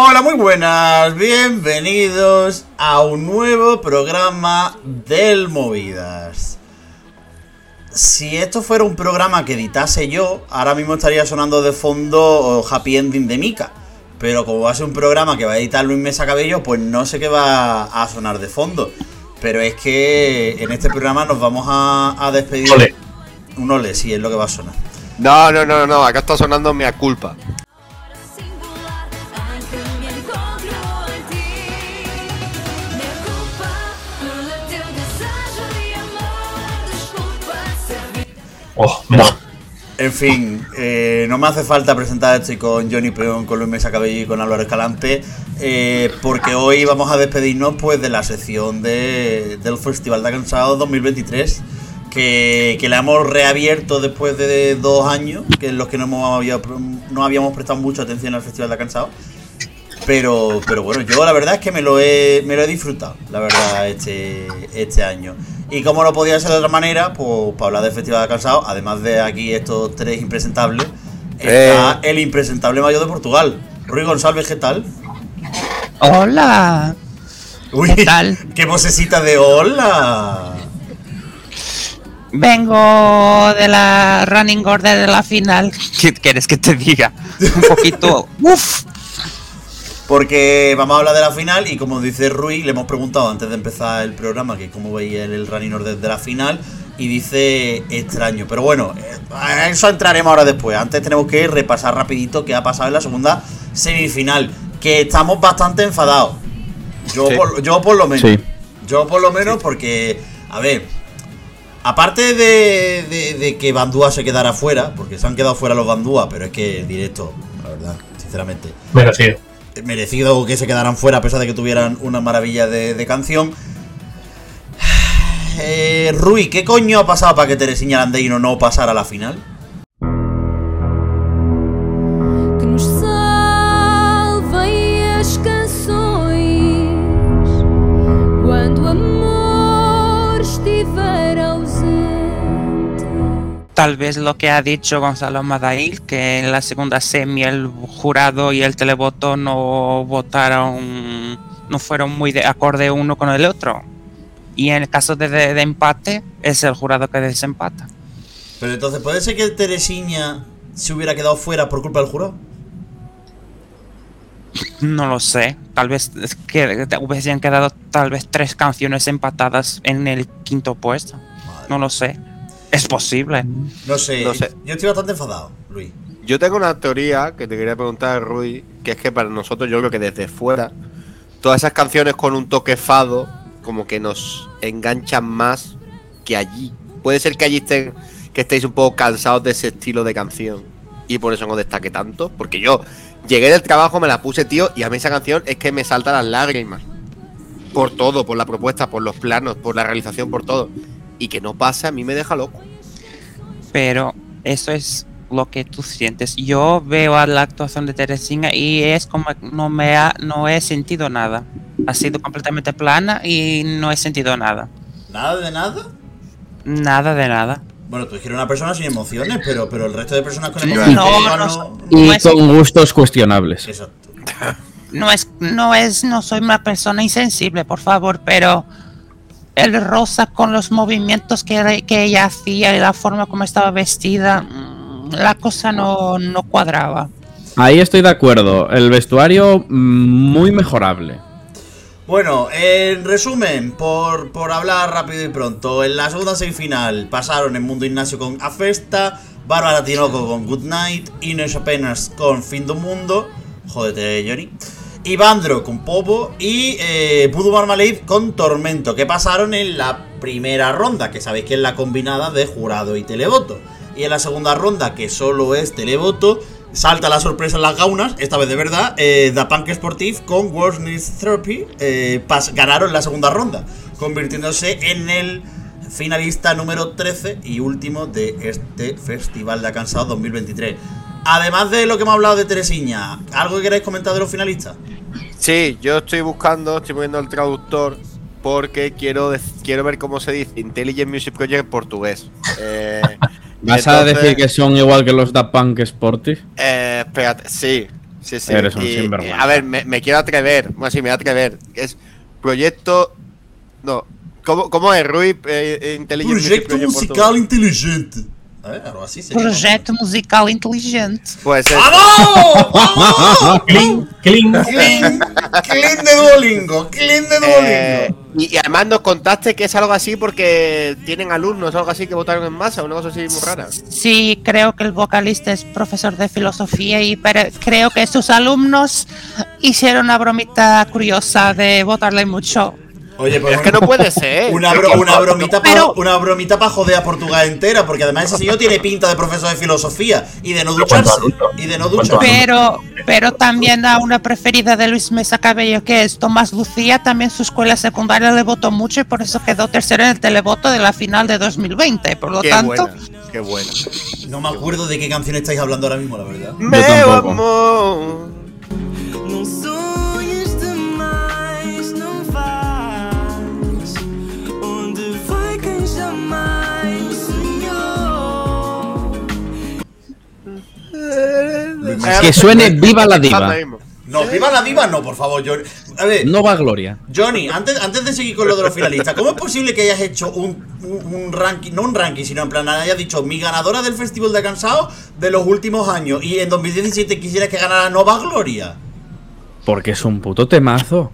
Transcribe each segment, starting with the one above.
Hola, muy buenas, bienvenidos a un nuevo programa del Movidas. Si esto fuera un programa que editase yo, ahora mismo estaría sonando de fondo Happy Ending de Mika. Pero como va a ser un programa que va a editar Luis Mesa Cabello, pues no sé qué va a sonar de fondo. Pero es que en este programa nos vamos a despedir. Ole. Un ole, sí, es lo que va a sonar. No, acá está sonando Mea Culpa. Oh, no. En fin, no me hace falta presentar esto con Johnny Peón, con Luis Mesa Cabello y con Álvaro Escalante, porque hoy vamos a despedirnos pues de la sección del Festival de Cansado 2023, que la hemos reabierto después de 2 años, que en los que no habíamos prestado mucha atención al Festival de Cansado. Pero bueno, yo la verdad es que me lo he disfrutado, la verdad, este año. Y como no podía ser de otra manera, pues para hablar del Festival de Cansado, además de aquí estos 3 impresentables, está el impresentable mayor de Portugal, Rui González, ¿qué tal? Hola. Uy, ¿Qué tal? ¡Qué vocecita de hola! Vengo de la running order de la final. ¿Qué quieres que te diga? Un poquito. ¡Uf! Porque vamos a hablar de la final y como dice Rui, le hemos preguntado antes de empezar el programa que cómo veía el running order de la final y dice extraño. Pero bueno, a eso entraremos ahora después. Antes tenemos que repasar rapidito qué ha pasado en la segunda semifinal, que estamos bastante enfadados. Yo por lo menos. Sí. Yo por lo menos porque, a ver, aparte de que Bandúa se quedara fuera, porque se han quedado fuera los Bandúa, pero es que directo, la verdad, sinceramente. Merecido que se quedaran fuera a pesar de que tuvieran una maravilla de canción. Rui, ¿qué coño ha pasado para que Teresinha Landeiro no pasara a la final? Que nos salvem as canções quando o amor estiver ausente. Tal vez lo que ha dicho Gonzalo Madail, que en la segunda semi el jurado y el televoto no fueron muy de acorde uno con el otro. Y en el caso de empate, es el jurado que desempata. Pero entonces, ¿puede ser que Teresinha se hubiera quedado fuera por culpa del jurado? No lo sé. Tal vez que hubiesen quedado tal vez 3 canciones empatadas en el quinto puesto. Madre. No lo sé. Es posible. No sé. Yo estoy bastante enfadado, Luis. Yo tengo una teoría que te quería preguntar, Rui, que es que para nosotros, yo creo que desde fuera, todas esas canciones con un toque fado, como que nos enganchan más que allí. Puede ser que allí estéis un poco cansados de ese estilo de canción y por eso no destaque tanto. Porque yo llegué del trabajo, me la puse, tío, y a mí esa canción es que me salta las lágrimas. Por todo, por la propuesta, por los planos, por la realización, por todo. Y que no pase, a mí me deja loco. Pero eso es lo que tú sientes. Yo veo a la actuación de Teresinha y es como no he sentido nada. Ha sido completamente plana y no he sentido nada. ¿Nada de nada? Nada de nada. Bueno, tú eres una persona sin emociones, pero el resto de personas con emociones no con gustos cuestionables. Exacto. No soy una persona insensible, por favor, pero el rosa con los movimientos que ella hacía y la forma como estaba vestida, la cosa no cuadraba. Ahí estoy de acuerdo. El vestuario muy mejorable. Bueno, en resumen, por hablar rápido y pronto, en la segunda semifinal pasaron en Mundo Ignacio con A Festa, Bárbara Tinoco con Good Night, Inés Apenas con Fin do Mundo, jódete Johnny, Ivandro con Popo y Voodoo Marmalade con Tormento, que pasaron en la primera ronda, que sabéis que es la combinada de jurado y televoto. Y en la segunda ronda, que solo es televoto, salta la sorpresa en las gaunas, esta vez de verdad, Da Punk Sportive con World Needs Therapy ganaron la segunda ronda, convirtiéndose en el finalista número 13 y último de este Festival de Cansado 2023. Además de lo que hemos hablado de Teresinha, ¿algo que queráis comentar de los finalistas? Sí, yo estoy poniendo el traductor porque quiero ver cómo se dice Intelligent Music Project en portugués. ¿Vas a decir que son igual que los Da Punk Sportive? Espérate, sí. Sí, sí. Eres un Y, sinvergüenza. a ver, me quiero atrever. Bueno, sí, me voy a atrever. Es proyecto. No. ¿Cómo es, Rui? Intelligent Music Proyecto Project musical Portugal. inteligente. A ver, algo así sería. Projeto musical inteligente. Pues ¡Vamos! ¡Vamos! Clean, clean. Clean de Duolingo, clean de Duolingo. y además nos contaste que es algo así porque tienen alumnos, algo así que votaron en masa, una cosa así muy rara. Sí, creo que el vocalista es profesor de filosofía y creo que sus alumnos hicieron una bromita curiosa de votarle mucho. Oye, pues Es que no puede ser. una bromita para joder a Portugal entera, porque además ese señor tiene pinta de profesor de filosofía y de no ducharse. Y de no ducharse. Pero también a una preferida de Luis Mesa Cabello, que es Tomás Lucía, también su escuela secundaria le votó mucho y por eso quedó tercero en el televoto de la final de 2020. Por lo tanto, Qué buena. No me acuerdo de qué canción estáis hablando ahora mismo, la verdad. Meu tampoco. amor. Não sonhes demais, não vais. Onde vai quem jamais sonhou? Que suene Viva la Diva. No, viva la diva, no, por favor, Johnny. A ver, Nova Gloria. Johnny, antes de seguir con lo de los finalistas, ¿cómo es posible que hayas hecho un ranking, no un ranking, sino en plan, hayas dicho mi ganadora del Festival de Cansado de los últimos años y en 2017 quisieras que ganara Nova Gloria? Porque es un puto temazo.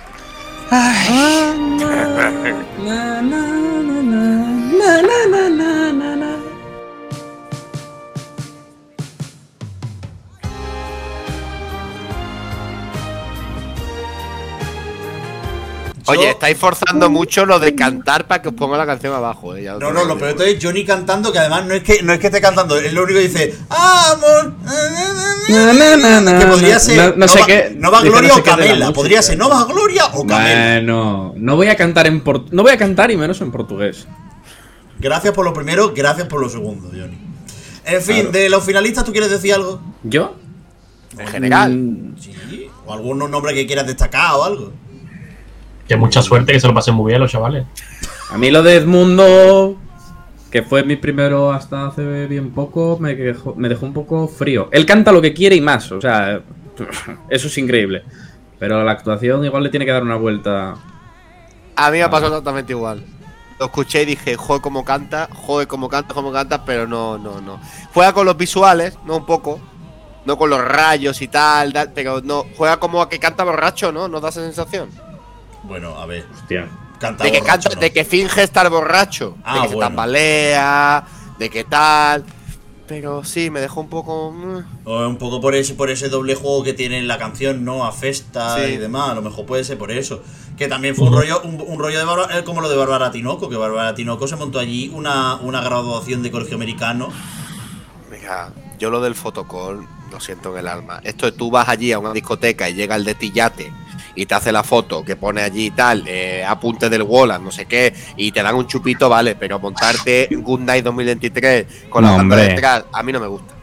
Oye, estáis forzando mucho lo de cantar para que os ponga la canción abajo. Ya os No, lo lo digo. peor es Johnny cantando, que además no es que esté cantando, es lo único que dice amor. Que podría ser No sé qué. Nova dice Gloria no sé o qué de la Camela. música. Podría ser Nova Gloria o Camela. Bueno, no voy a cantar no voy a cantar y menos en portugués. Gracias por lo primero, gracias por lo segundo, Johnny. En fin, Claro. de los finalistas, ¿tú quieres decir algo? ¿Yo? En general. Sí. O algún nombre que quieras destacar o algo. Que mucha suerte, que se lo pasen muy bien los chavales. A mí lo de Edmundo, que fue mi primero hasta hace bien poco, me dejó un poco frío. Él canta lo que quiere y más, o sea, eso es increíble. Pero la actuación igual le tiene que dar una vuelta. A mí me ha pasado exactamente igual. Lo escuché y dije, joder cómo canta, pero no. Juega con los visuales, no un poco. No con los rayos y tal, pero no. Juega como a que canta borracho, ¿no? ¿Nos da esa sensación? Bueno, a ver. Hostia. Canta De que borracho, canta, ¿no? de que finge estar borracho. Ah, de que se bueno. tambalea, de que tal. Pero sí, me dejó un poco. O un poco por ese doble juego que tiene la canción, ¿no? A festa Sí. y demás. A lo mejor puede ser por eso. Que también fue un rollo de Bárbara, como lo de Bárbara Tinoco, que Bárbara Tinoco se montó allí una graduación de colegio americano. Mira, yo lo del fotocall lo siento en el alma. Esto de tú vas allí a una discoteca y llega el de Tillate y te hace la foto que pone allí y tal, apunte del Wallace, no sé qué, y te dan un chupito, vale, pero montarte Good Night 2023 con la No, banda hombre. detrás, a mí no me gusta.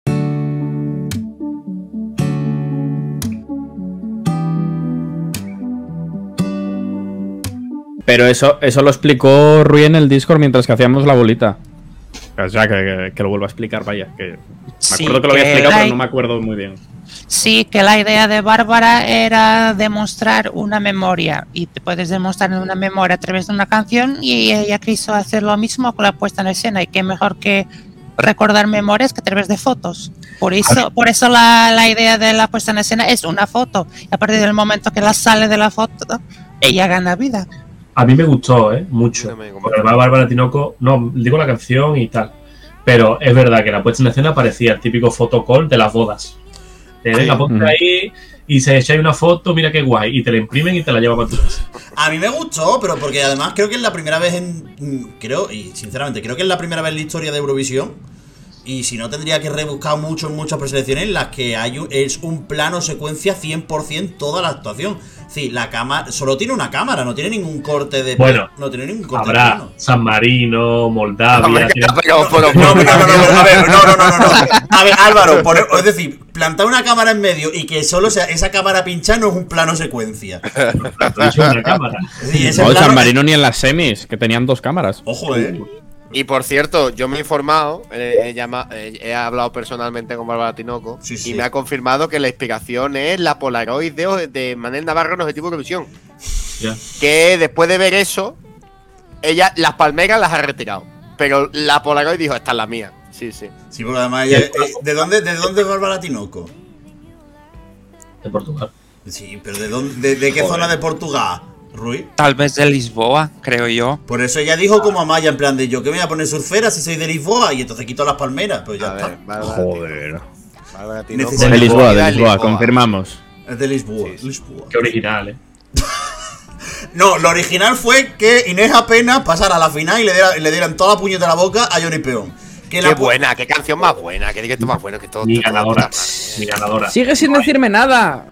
Pero eso lo explicó Rui en el Discord mientras que hacíamos la bolita. O sea, que lo vuelvo a explicar, vaya. Que me Sí, acuerdo que lo había que explicado, la- pero no me acuerdo muy bien. Sí, que la idea de Bárbara era demostrar una memoria y te puedes demostrar una memoria a través de una canción y ella quiso hacer lo mismo con la puesta en escena y qué mejor que recordar memorias que a través de fotos. Por eso la idea de la puesta en escena es una foto y a partir del momento que la sale de la foto, ella gana vida. A mí me gustó, mucho. No me convence. Porque además Bárbara Tinoco, no, digo la canción y tal. Pero es verdad que la puesta en escena parecía el típico fotocall de las bodas. Venga, ponte ahí y se echáis una foto, mira qué guay. Y te la imprimen y te la llevan para tu casa. A mí me gustó, pero porque además creo que es la primera vez creo que es la primera vez en la historia de Eurovisión. Y si no, tendría que rebuscar mucho en muchas preselecciones en las que es un plano secuencia 100% toda la actuación. Sí, la cámara solo tiene una cámara, no tiene ningún corte de Bueno, no tiene ningún corte de Habrá plano. San Marino, Moldavia. Hombre, tiene- pero- No, a ver, A ver, Álvaro, es decir, plantar una cámara en medio y que solo sea esa cámara pinchada no es un plano secuencia. Pero eso es una cámara. Sí, ese No, el plano- San Marino ni en las semis, que tenían 2 cámaras. Ojo, Y por cierto, yo me he informado, he hablado personalmente con Bárbara Tinoco Sí. y me ha confirmado que la inspiración es la Polaroid de Manel Navarro en Objetivo Eurovisión. Ya. Que después de ver eso, ella las palmeras las ha retirado. Pero la Polaroid dijo, esta es la mía. Sí. Sí, porque además ella, ¿de dónde es Bárbara Tinoco? De Portugal. Sí, pero ¿de qué zona de Portugal, Rui? Tal vez de Lisboa, creo yo. Por eso ella dijo como a Maya, en plan de yo que me voy a poner surfera si soy de Lisboa, y entonces quito las palmeras, pues ya A está. ver, Bárbara Joder. Bárbara Tinoco. Necesito- De Lisboa, Vida de en Lisboa, confirmamos. Es de Lisboa, Sí. Lisboa. Qué original, No, lo original fue que Inés Apenas pasara a la final y le dieran toda la puñeta a la boca a Johnny Peón. Que Qué buena, qué canción más buena, qué directo más bueno que todo. Mi todo, ganadora. puta madre. Mi ganadora. Sigue sin decirme nada.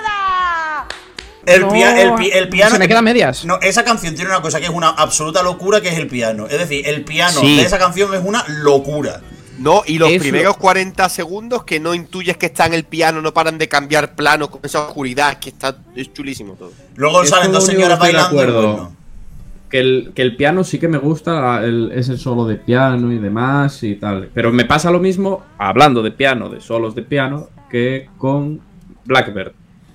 El No, piano. Se me quedan medias. No, esa canción tiene una cosa que es una absoluta locura, que es el piano. Es decir, el piano Sí. de esa canción es una locura. No, y los Eso. primeros 40 segundos que no intuyes que está en el piano, no paran de cambiar plano con esa oscuridad, que es chulísimo todo. Luego Esto salen dos lo único señoras que estoy de bailando. y acuerdo. bueno. Que el piano sí que me gusta, es el solo de piano y demás y tal. Pero me pasa lo mismo, hablando de piano, de solos de piano, que con Blackbird.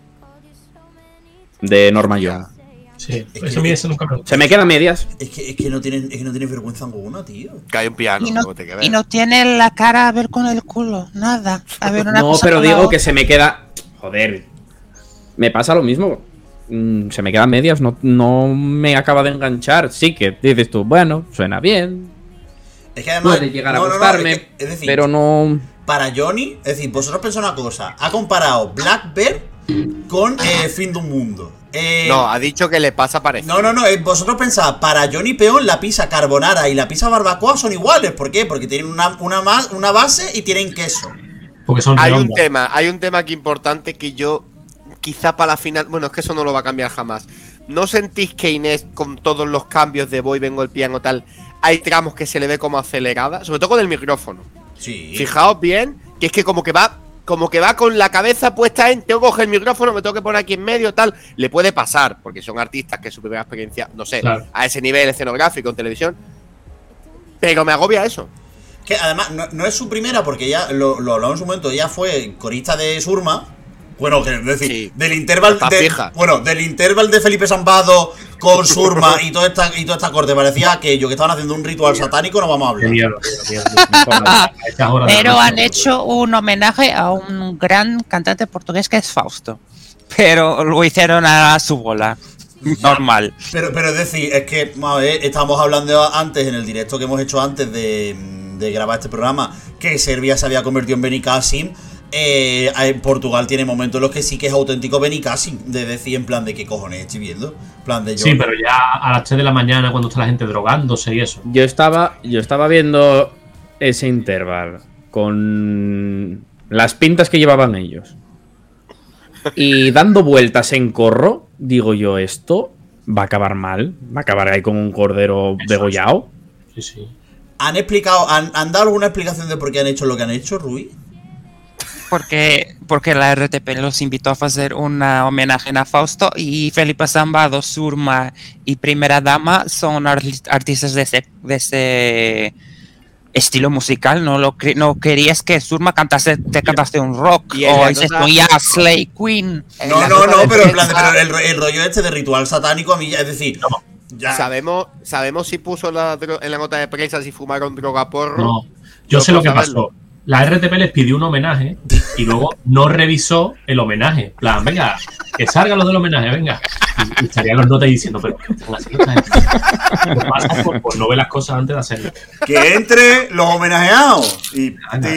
De Norma Young. Sí, Es eso que- a mí eso nunca me gusta. Se me quedan medias. Es que no tienen vergüenza alguna, tío. Que hay un piano, Y no, como te que ver. y no tiene la cara a ver con el culo, nada. A ver una No, cosa pero con la digo que otra. se me queda. Joder. Me pasa lo mismo. Se me quedan medias, no me acaba de enganchar. Sí que dices tú, bueno, suena bien. Es que además. Puede llegar a no, gustarme. es decir, Pero no. para Johnny, es decir, vosotros pensáis una cosa. Ha comparado Blackbird con Fin de un Mundo. No, ha dicho que le pasa parecido. No, vosotros pensáis, para Johnny Peón la pizza carbonara y la pizza barbacoa son iguales. ¿Por qué? Porque tienen una base y tienen queso. Porque son Hay un redondas. tema aquí importante que yo, quizá para la final, bueno, es que eso no lo va a cambiar jamás. ¿No sentís que Inés, con todos los cambios de voy, vengo el piano tal, hay tramos que se le ve como acelerada? Sobre todo con el micrófono. Sí. Fijaos bien, que es que como que va con la cabeza puesta en tengo que coger el micrófono, me tengo que poner aquí en medio, tal. Le puede pasar, porque son artistas que su primera experiencia, no sé, Claro. a ese nivel escenográfico en televisión. Pero me agobia eso. Que además no es su primera, porque ya lo hablamos en su momento. Ella fue corista de Surma. Bueno, que es decir, Sí. del interval Está fija. del interval de Felipe Sambado con Surma y toda esta corte parecía aquello que estaban haciendo un ritual satánico, no vamos a Qué hablar. miedo, tío, A estas horas de la Pero noche, han hecho un homenaje a un gran cantante portugués que es Fausto. Pero lo hicieron a su bola. Normal. Pero es decir, es que, a ver, estábamos hablando antes, en el directo que hemos hecho antes de grabar este programa, que Serbia se había convertido en Benicassim. En Portugal tiene momentos en los que sí que es auténtico Benicassim, de decir en plan de qué cojones estoy viendo. En plan de yo. Sí, pero ya a las 3 de la mañana, cuando está la gente drogándose y eso. Yo estaba viendo ese intervalo con las pintas que llevaban ellos. Y dando vueltas en corro, digo yo, esto va a acabar mal. Va a acabar ahí con un cordero degollado. Sí, sí. ¿Han dado alguna explicación de por qué han hecho lo que han hecho, Rui? Porque la RTP los invitó a hacer un homenaje a Fausto y Felipe Sambado, Surma y Primera Dama son artistas de ese estilo musical. No querías que Surma cantase un rock Y o ella dices no tú ya Slay Queen. No, la no, nota de pero en plan prensa- pero el rollo este de ritual satánico a mí ya, es decir, ya. ¿Sabemos si puso en la nota de prensa si fumaron droga porro? No. Yo No sé lo que puedo saberlo. pasó. La RTP les pidió un homenaje y luego no revisó el homenaje. En plan, venga, que salga lo del homenaje, venga. Y estarían los notas diciendo, pero ¿qué están haciendo esta gente? ¿Qué pasa por no ver las cosas antes de hacerlas? Que entre los homenajeados. Y Anda,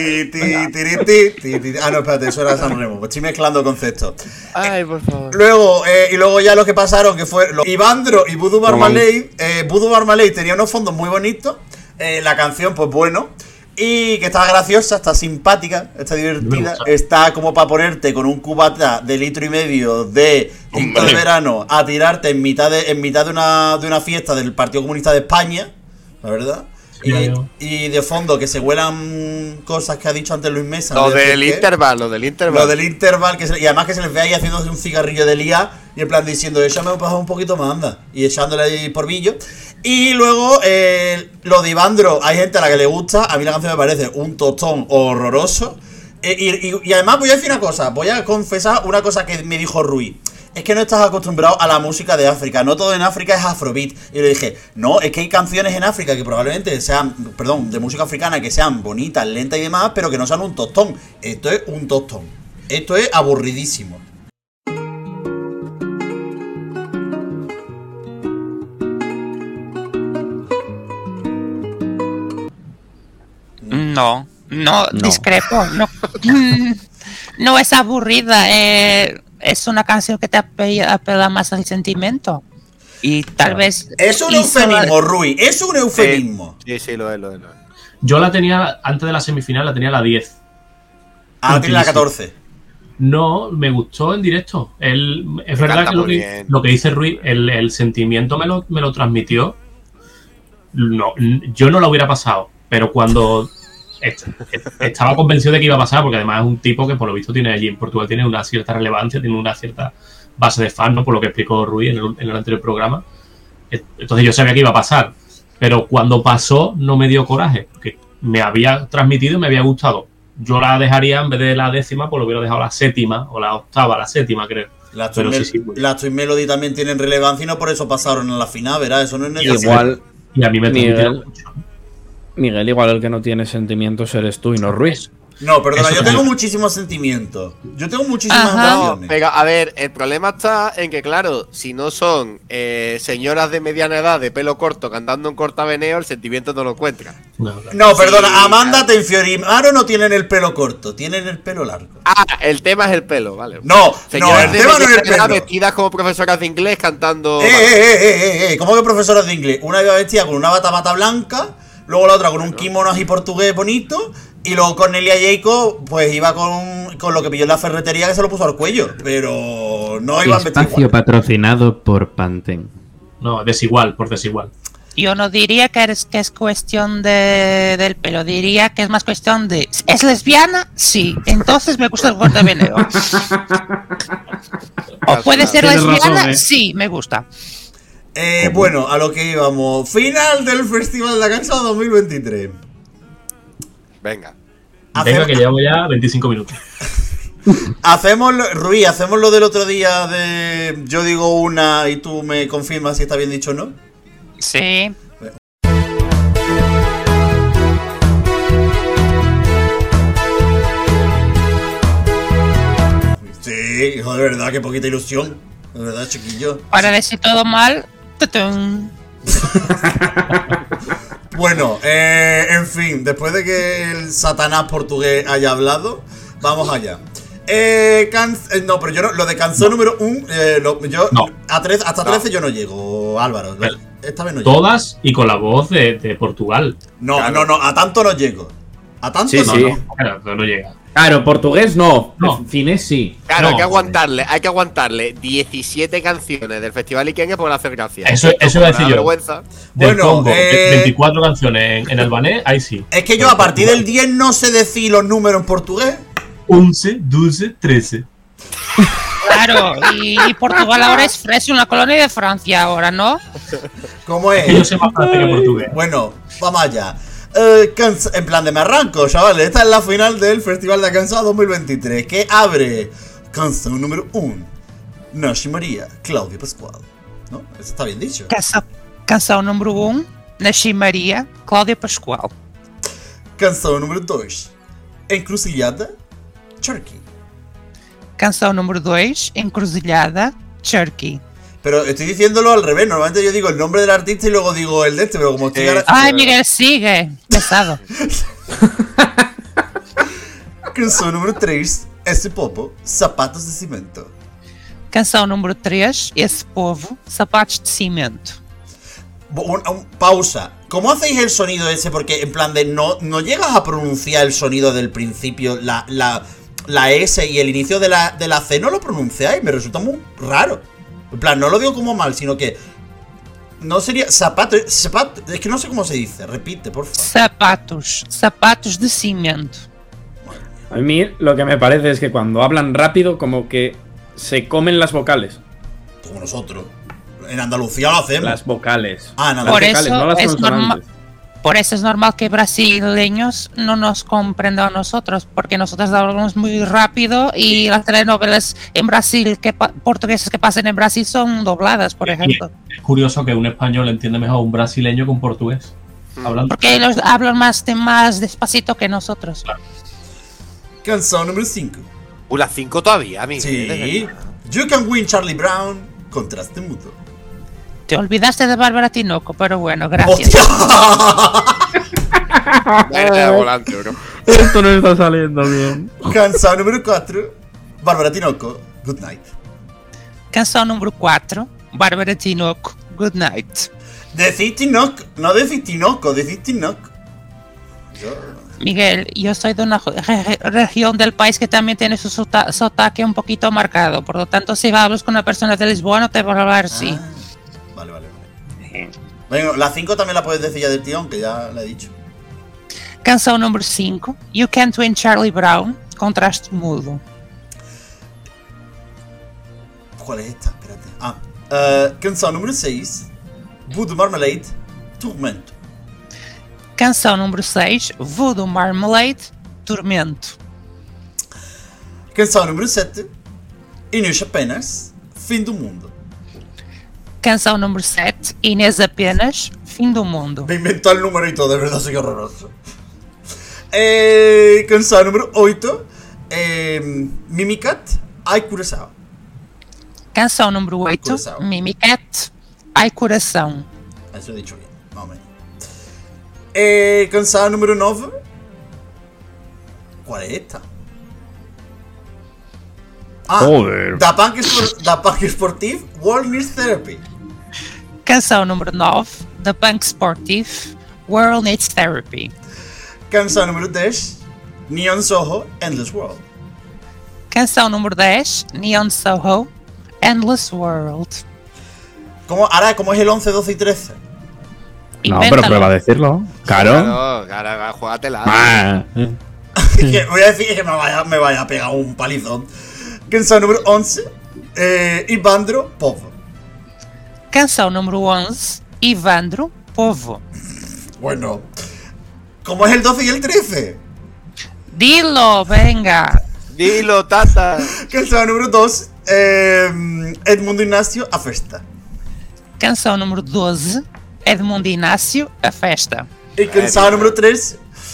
Ah, no, espérate, eso era Sanremo. Estoy mezclando conceptos. Ay, por favor. Luego ya los que pasaron, que fue Ivandro y Voodoo Barmaley. Voodoo Barmaley tenía unos fondos muy bonitos. La canción, pues bueno. Y que está graciosa, está simpática, está divertida. gusta. Está como para ponerte con un cubata de 1,5 litros de tinto de verano a tirarte en mitad de una fiesta del Partido Comunista de España, la verdad. Sí, yo. Y de fondo que se huelan cosas que ha dicho antes Luis Mesa. Lo ¿no? De del decir que- intervalo, Lo del interval, y además que se les ve ahí haciéndose un cigarrillo de lía y en plan diciendo, échame un poquito más, anda. Y echándole ahí porbillo. Y luego Lo de Ivandro, hay gente a la que le gusta. A mí la canción me parece un tostón horroroso. Y además voy a decir una cosa. Voy a confesar una cosa que me dijo Rui. Es que no estás acostumbrado a la música de África. No todo en África es afrobeat. Y le dije, no, es que hay canciones en África que probablemente sean, perdón, de música africana que sean bonitas, lentas y demás, pero que no sean un tostón. Esto es un tostón. Esto es aburridísimo. No, discrepo. No es aburrida. Es una canción que te apela más al sentimiento. Y tal vez. Es un eufemismo, Rui. Es un eufemismo. Sí, lo es. Yo la tenía, antes de la semifinal, la tenía la 10. Ahora tiene la 14. No, me gustó en directo. Es verdad que lo que dice Rui, el sentimiento me lo transmitió. No, yo no lo hubiera pasado, pero cuando estaba convencido de que iba a pasar, porque además es un tipo que por lo visto tiene allí en Portugal, tiene una cierta relevancia, tiene una cierta base de fans, ¿no? Por lo que explicó Rui en el anterior programa. Entonces yo sabía que iba a pasar, pero cuando pasó no me dio coraje, porque me había transmitido y me había gustado. Yo la dejaría, en vez de la 10ª, pues lo hubiera dejado la 7ª, o la 8ª, la 7ª, creo. Las Twin Melody también tienen relevancia y no por eso pasaron a la final, ¿verdad? Eso no es necesario. Igual, Y a mí me transmitieron mucho. Miguel, igual el que no tiene sentimientos eres tú y no Ruiz. No, perdona, Eso yo también. tengo muchísimos sentimientos. Yo tengo muchísimas No, canciones. pero a ver, el problema está en que, claro, si no son señoras de mediana edad de pelo corto cantando un cortaveneo, el sentimiento no lo encuentra. No, perdona, Sí, Amanda Tenfiorimaro no tienen el pelo corto, tienen el pelo largo. Ah, el tema es el pelo, vale. No, Señoras el de tema no es el mediana edad pelo. vestidas como profesoras de inglés cantando. ¿Cómo que profesoras de inglés? Una iba vestida con una bata blanca, luego la otra con un kimono así portugués bonito, y luego Cornelia Jacob pues iba con lo que pilló en la ferretería, que se lo puso al cuello, pero no iban vestidos Espacio igual. patrocinado por Pantene. No, desigual, por desigual. Yo no diría que es cuestión del pelo, diría que es más cuestión de. ¿Es lesbiana? Sí, entonces me gusta el cortaveneo. ¿O puede ser Tienes lesbiana? razón, Sí, me gusta. Bueno, a lo que íbamos. Final del Festival de la Canción 2023. Venga. Venga, que llevamos ya 25 minutos. Hacemos lo del otro día de yo digo una y tú me confirmas si está bien dicho o no. Sí. Sí, hijo, de verdad, qué poquita ilusión. De verdad, chiquillo. Para decir todo mal. ¡Tutun! Bueno, en fin, después de que el Satanás portugués haya hablado, vamos allá. No, pero yo no, lo de canción número 1, No. hasta 13 yo no llego, Álvaro. Esta vez no llego. Todas y con la voz de Portugal. No, Claro. no, a tanto no llego. A tanto Sí, no. sí. Claro, pero no llega. Claro, portugués no. No. Finés sí. Claro, No, hay que aguantarle 17 canciones del Festival Ikengue por hacer gracia. Eso iba a decir yo. Vergüenza. Del Bueno, combo, 24 canciones en albanés, ahí sí. Es que yo a partir del 10 no sé decir los números en portugués. 11, 12, 13. Claro, y Portugal ahora es una colonia de Francia ahora, ¿no? ¿Cómo Es que yo es? sé más francés que portugués. Bueno, vamos allá. En plan de me arranco, chavales. Esta es la final del Festival de la Canción 2023, que abre canción número 1, Nashi María, Claudio Pascual. ¿No? Eso está bien dicho. Canção número 1, Nasci Maria, Cláudia Pascoal. Canción número 2, Encruzilhada, Turkey. Canção número 2, Encruzilhada, Turkey. Pero estoy diciéndolo al revés. Normalmente yo digo el nombre del artista y luego digo el de este, pero como estoy ahora... Ay, Miguel, sigue. Pesado. Canción número 3, Esse Popo, Sapatos de Cimento. Canção número 3, Esse Povo, Sapatos de Cimento. Pausa. ¿Cómo hacéis el sonido ese? Porque en plan de no llegas a pronunciar el sonido del principio, la S y el inicio de la C no lo pronunciáis. Me resulta muy raro. En plan, no lo digo como mal, sino que no sería zapato, es que no sé cómo se dice. Repite, por favor. Sapatos de cimento. A mí lo que me parece es que cuando hablan rápido, como que se comen las vocales. Como nosotros. En Andalucía lo hacemos. Las vocales. Ah, nada. Las Por vocales, eso no las es consonantes. Por eso es normal que brasileños no nos comprendan a nosotros, porque nosotros hablamos muy rápido y las telenovelas en Brasil, portuguesas que pasan en Brasil son dobladas, por ejemplo. Es curioso que un español entiende mejor a un brasileño que un portugués. Hablando. Porque ellos hablan más despacito que nosotros. Canción número 5. Las 5 todavía, Miguel. Sí. You Can Win Charlie Brown, contraste mutuo. Te olvidaste de Bárbara Tinoco, pero bueno, gracias. ¡Hostia! Venga, volante, bro. Esto no está saliendo bien. Canción número 4. Bárbara Tinoco, Good Night. Canción número 4, Bárbara Tinoco, Good Night. Decís Tinoco, no decís Tinoco, decís Tinoco. Miguel, yo soy de una región del país que también tiene su sotaque un poquito marcado. Por lo tanto, si hablas con una persona de Lisboa, no te va a hablar así. Vale. Bueno, la 5 también la puedes decir ya del tío, que ya la he dicho. Canción número 5, You Can't Win Charlie Brown, contraste mudo. ¿Cuál es esta? Espérate. Canción número 6, Voodoo Marmalade, Tormento. Canção número 6, Voodoo Marmalade, Tormento. Canção número 7, Inês Apenas, Fim do Mundo. Canção número 7, Inês Apenas, Fim do Mundo. Me inventó el número y todo, de verdad, soy horroroso. Canção número 8, Mimicat, Ai Coração. Canção número 8, Coração. Mimicat, Ai Coração. Eso he dicho bien, más o menos. Canção número 9. ¿Cuál es esta? Joder. Da Punk Sportive, Wellness Therapy. Canção número 9, The Punk Sportive, World Needs Therapy. Canção número 10, Neon Soho, Endless World. Canção número 10, Neon Soho, Endless World. Ahora, ¿cómo es el 11, 12 y 13? No, pero Invéntalo. prueba a decirlo. Claro. Claro, juégatela. Ah. Que voy a decir que me vaya a pegar un palizón. Canção número 11, Ivandro, Povo. Canção número 11, Ivandro, Povo. Bueno, ¿cómo es el 12 y el 13? Dilo, venga. Dilo, tata. Canção número 2, Edmundo Ignacio, A Festa. Canção número 12, Edmundo Inácio, A Festa. Y canção número 3,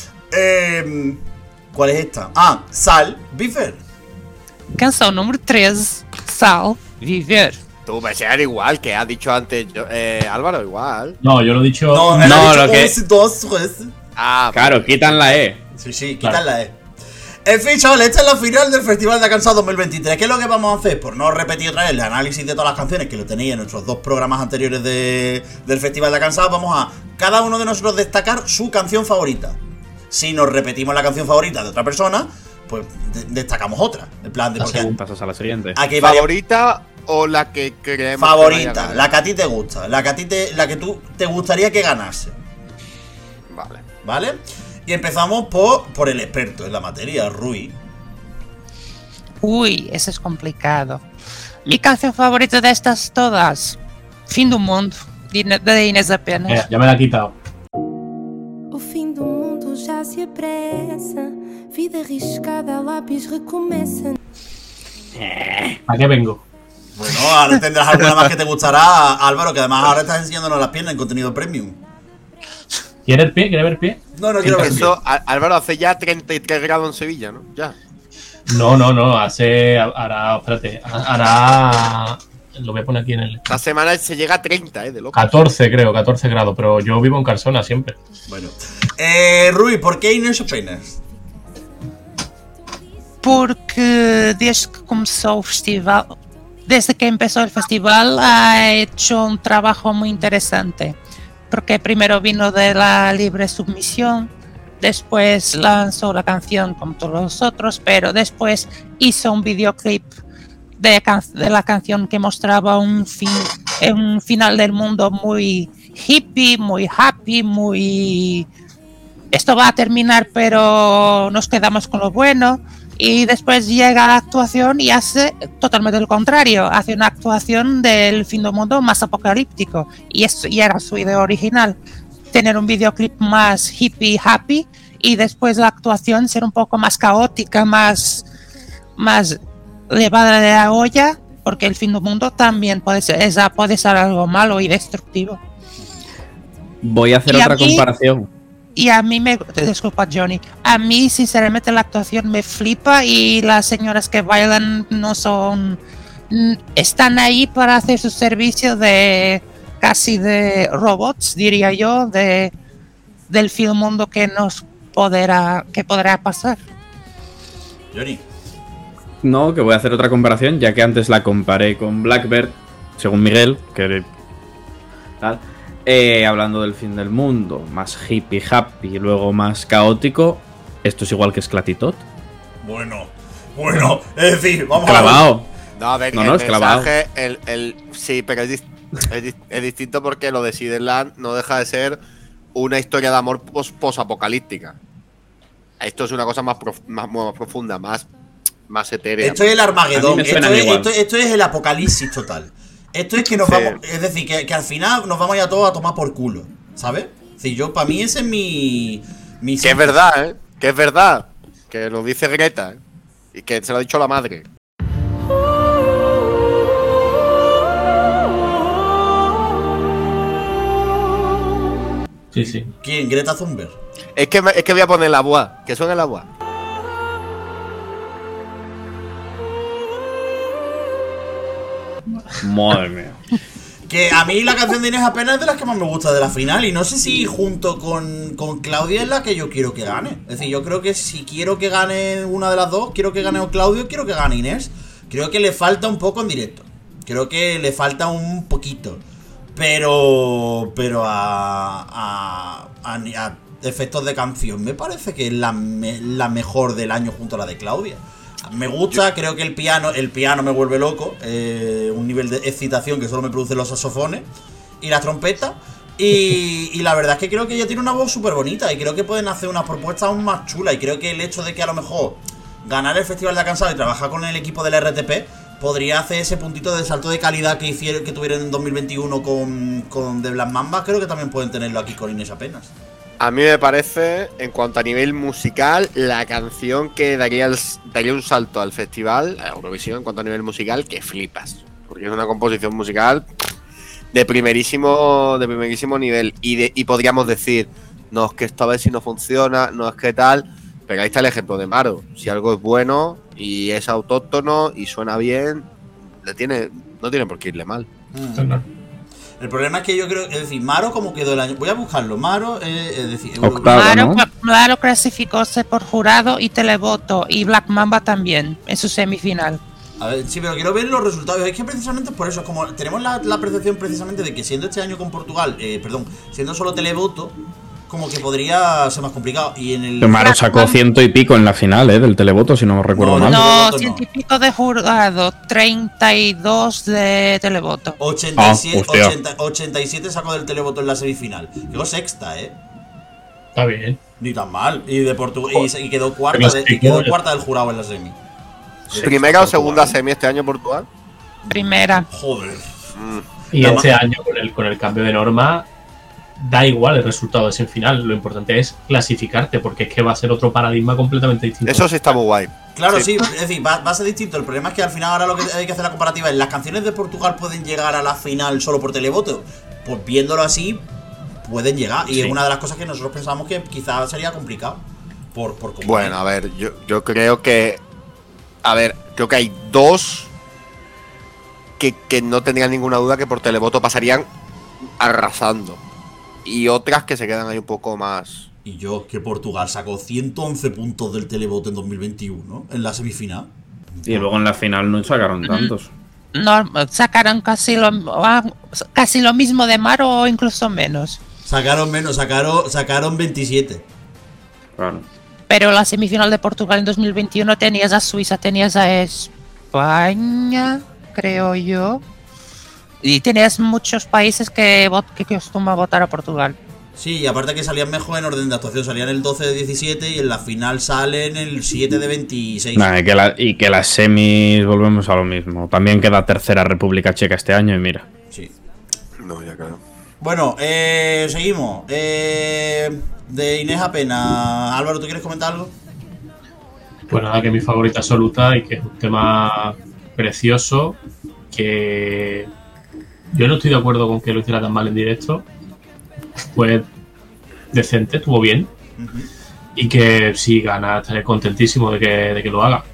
¿cuál es esta? Sal, Viver. Canção número 13, Sal, Viver. Tú, me ser igual que ha dicho antes Álvaro, igual. No, yo lo he dicho. No, él No, ha dicho lo que- 11, 12, 13. Claro, quitan la E. Sí, Claro. quítala, En fin, chavales, esta es la final del Festival de Cansado 2023. ¿Qué es lo que vamos a hacer? Por no repetir otra vez el análisis de todas las canciones, que lo tenéis en nuestros 2 programas anteriores del Festival de Cansado, vamos a cada uno de nosotros destacar su canción favorita. Si nos repetimos la canción favorita de otra persona, pues destacamos otra. En plan de porque Pasas a la siguiente. aquí hay varias- ¿Favorita o la que creemos que vaya a favorita, ganar? la que a ti te gusta, la que tú te gustaría que ganase, Vale. ¿vale? Y empezamos por el experto en la materia, Rui. Uy, eso es complicado. Mi canción favorita de estas todas, Fim do Mundo, de Inês Apenas. Ya me la he quitado. O fim do mundo já se apressa. Vida arriscada, lápis recomeça. ¿A qué vengo? Bueno, ahora tendrás alguna más que te gustará, Álvaro, que además ahora estás enseñándonos las piernas en contenido premium. ¿Quieres pie? ¿Quieres ver pie? No, no quiero ver. Eso, Álvaro, hace ya 33 grados en Sevilla, ¿no? Ya. No. Hará. Espérate. Hará. Lo voy a poner aquí en el. La semana se llega a 30, de loco. 14, creo, 14 grados. Pero yo vivo en Carsona siempre. Bueno. Rui, ¿por qué Inês Apenas? Porque desde que comenzó el festival, desde que empezó el festival, ha hecho un trabajo muy interesante. Porque primero vino de la libre submisión, después lanzó la canción como todos los otros, pero después hizo un videoclip de la canción que mostraba un final del mundo muy hippie, muy happy, muy... Esto va a terminar, pero nos quedamos con lo bueno. Y después llega la actuación y hace totalmente lo contrario. Hace una actuación del fin del mundo más apocalíptico. Y era su idea original. tener un videoclip más hippie, happy, y después la actuación ser un poco más caótica, más llevada de la olla, porque el fin del mundo también puede ser algo malo y destructivo. Voy a hacer Y a otra mí- comparación. Y a mí disculpa Johnny, a mí sinceramente la actuación me flipa y las señoras que bailan no son, están ahí para hacer su servicio de casi de robots, diría yo, del film mundo que podrá pasar. Johnny. No, que voy a hacer otra comparación, ya que antes la comparé con Blackbird, según Miguel, que tal. Hablando del fin del mundo, más hippie, happy y luego más caótico. Esto es igual que Sclatitot. Bueno, es decir, vamos a ver. Clavado. No, a ver, No, el no, es clavado. mensaje, sí, pero es distinto porque lo de Siderland no deja de ser una historia de amor posapocalíptica. Esto es una cosa más profunda, más etérea. Esto es el A Armagedón, mí me suena esto es, igual. esto es el apocalipsis total. Esto es que nos Sí. vamos, es decir, que al final nos vamos a ir a todos a tomar por culo, ¿sabes? Si yo, para mí ese es mi Que es verdad, ¿eh? Que es verdad. Que lo dice Greta, ¿eh? Y que se lo ha dicho la madre. Sí, sí. ¿Quién? Greta Thunberg. Es que voy a poner la voz. Que suene la voz. Madre mía. Que a mí la canción de Inés apenas es de las que más me gusta de la final. Y no sé si junto con Claudia es la que yo quiero que gane. Es decir, yo creo que si quiero que gane una de las dos, quiero que gane Claudio, quiero que gane Inés. Creo que le falta un poco en directo. Creo que le falta un poquito. Pero a efectos de canción me parece que es la mejor del año junto a la de Claudia. Me gusta, creo que el piano me vuelve loco. Un nivel de excitación que solo me producen los saxofones y las trompetas. Y la verdad es que creo que ella tiene una voz súper bonita. Y creo que pueden hacer una propuesta aún más chula. Y creo que el hecho de que a lo mejor ganar el Festival de la Cansado y trabajar con el equipo del RTP podría hacer ese puntito de salto de calidad que tuvieron en 2021 con The Black Mamba. Creo que también pueden tenerlo aquí con Inés apenas. A mí me parece, en cuanto a nivel musical, la canción que daría un salto al festival, a Eurovisión, en cuanto a nivel musical, que flipas. Porque es una composición musical de primerísimo nivel. Y podríamos decir, no, es que esta vez si no funciona, no es que tal. Pero ahí está el ejemplo de Maro. Si algo es bueno y es autóctono y suena bien, no tiene por qué irle mal. El problema es que yo creo, es decir, Maro como quedó el año. Voy a buscarlo. Maro, es decir, Octavo. ¿no? Claro, clasificóse por jurado y televoto, y Black Mamba también en su semifinal. A ver, sí, pero quiero ver los resultados. Es que precisamente por eso, es como tenemos la percepción precisamente de que siendo este año con Portugal, siendo solo televoto, como que podría ser más complicado. Y en el Maro sacó 100 y pico en la final, del televoto, si no me recuerdo No, mal. No, televoto 100 y pico de jurado, 32 de televoto. 87, hostia. 87 sacó del televoto en la semifinal. Quedó sexta, Está bien. Ni tan mal. Y de Portugal y quedó cuarta, Clasificó, del jurado en la semi. ¿Primera o Portugal. segunda semi este año Portugal? Primera. Joder. Y Nada este más. año, con el cambio de norma, da igual el resultado de semifinal. Lo importante es clasificarte, porque es que va a ser otro paradigma completamente distinto. Eso sí está muy guay. Claro, sí, es decir, va a ser distinto. El problema es que al final ahora lo que hay que hacer la comparativa es: ¿las canciones de Portugal pueden llegar a la final solo por televoto? Pues viéndolo así, pueden llegar. Y Sí. es una de las cosas que nosotros pensamos que quizás sería complicado. Por cómo Bueno, es. a ver, yo creo que. A ver, creo que hay dos que no tendrían ninguna duda que por televoto pasarían arrasando. Y otras que se quedan ahí un poco más. Y yo, que Portugal sacó 111 puntos del televoto en 2021, en la semifinal. Y luego en la final no sacaron tantos. No, sacaron casi lo mismo de Maro o incluso menos. Sacaron menos, sacaron 27. Claro. Pero la semifinal de Portugal en 2021 tenías a Suiza, tenías a España, creo yo. Y tenías muchos países que acostumbran a votar a Portugal. Sí, y aparte que salían mejor en orden de actuación. Salían el 12 de 17 y en la final salen el 7 de 26. Nah, y que las semis volvemos a lo mismo. También queda tercera República Checa este año y mira. Sí. No, ya claro. Bueno, seguimos. De Inés apenas. Álvaro, ¿tú quieres comentar algo? Pues nada, que es mi favorita absoluta y que es un tema precioso, que yo no estoy de acuerdo con que lo hiciera tan mal en directo. Fue decente, estuvo bien. Y que si gana estaré contentísimo de que lo haga.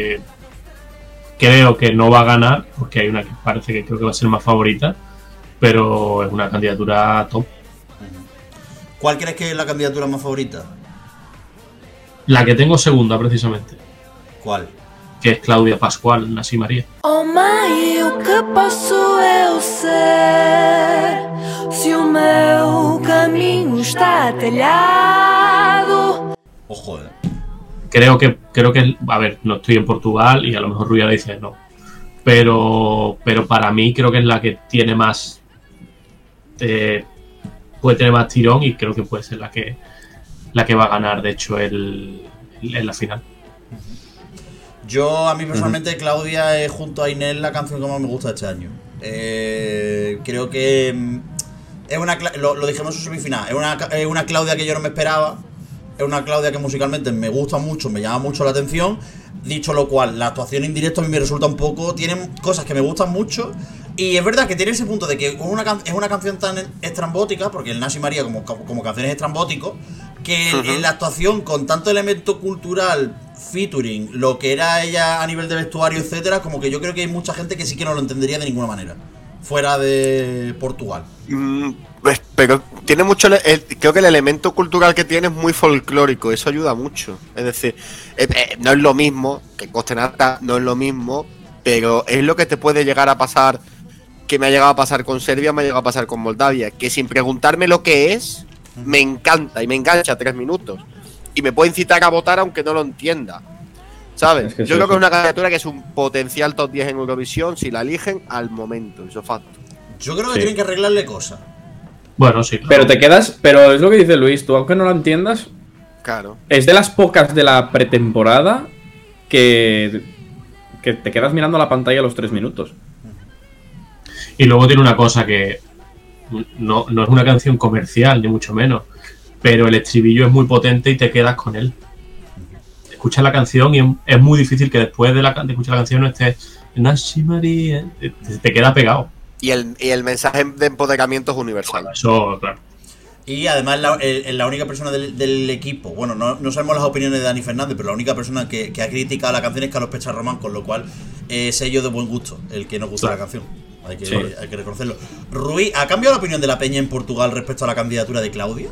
Creo que no va a ganar, porque hay una que parece que creo que va a ser más favorita, pero es una candidatura top. ¿Cuál crees que es la candidatura más favorita? La que tengo segunda, precisamente, ¿Cuál? que es Claudia Pascual, Nasi María. Oh mãe, o que posso eu ser se o meu caminho está talhado? Ojo, Creo que, a ver, no estoy en Portugal y a lo mejor Ruya dice no. Pero para mí creo que es la que tiene más. Puede tener más tirón y creo que puede ser la que va a ganar, de hecho, en la final. Yo, a mí personalmente, Claudia es junto a Inés la canción que más me gusta este año. Creo que es una. Lo dijimos en su semifinal. Es una Claudia que yo no me esperaba. Es una Claudia que musicalmente me gusta mucho, me llama mucho la atención. Dicho lo cual, la actuación en directo a mí me resulta un poco. Tiene cosas que me gustan mucho. Y es verdad que tiene ese punto de que es una canción tan estrambótica, porque el Nasi María como canción es estrambótico, que en la actuación, con tanto elemento cultural, featuring, lo que era ella a nivel de vestuario, etcétera, como que yo creo que hay mucha gente que sí que no lo entendería de ninguna manera, fuera de Portugal. Pues, pero tiene mucho. Creo que el elemento cultural que tiene es muy folclórico, eso ayuda mucho. Es decir, no es lo mismo que Costenata, no es lo mismo, pero es lo que te puede llegar a pasar. Que me ha llegado a pasar con Serbia, me ha llegado a pasar con Moldavia, que sin preguntarme lo que es, me encanta y me engancha 3 minutos. Y me puede incitar a votar aunque no lo entienda. ¿Sabes? Es que Yo creo sí. que es una candidatura que es un potencial top 10 en Eurovisión si la eligen al momento, eso es facto. Yo creo que Sí. tienen que arreglarle cosas. Bueno, sí. Claro. Pero te quedas, pero es lo que dice Luis, tú aunque no lo entiendas, Claro. es de las pocas de la pretemporada que te quedas mirando la pantalla a los 3 minutos. Y luego tiene una cosa que no es una canción comercial, ni mucho menos, pero el estribillo es muy potente y te quedas con él. Escuchas la canción y es muy difícil que después de escuchar la canción no estés Nasi María, te queda pegado. Y el mensaje de empoderamiento es universal. Eso, claro. Y además la única persona del equipo, bueno, no sabemos las opiniones de Dani Fernández, pero la única persona que ha criticado la canción es Carlos Pecharromán, con lo cual es sello de buen gusto el que nos gusta la canción. Hay que reconocerlo. Rui, ¿ha cambiado la opinión de la peña en Portugal respecto a la candidatura de Claudia?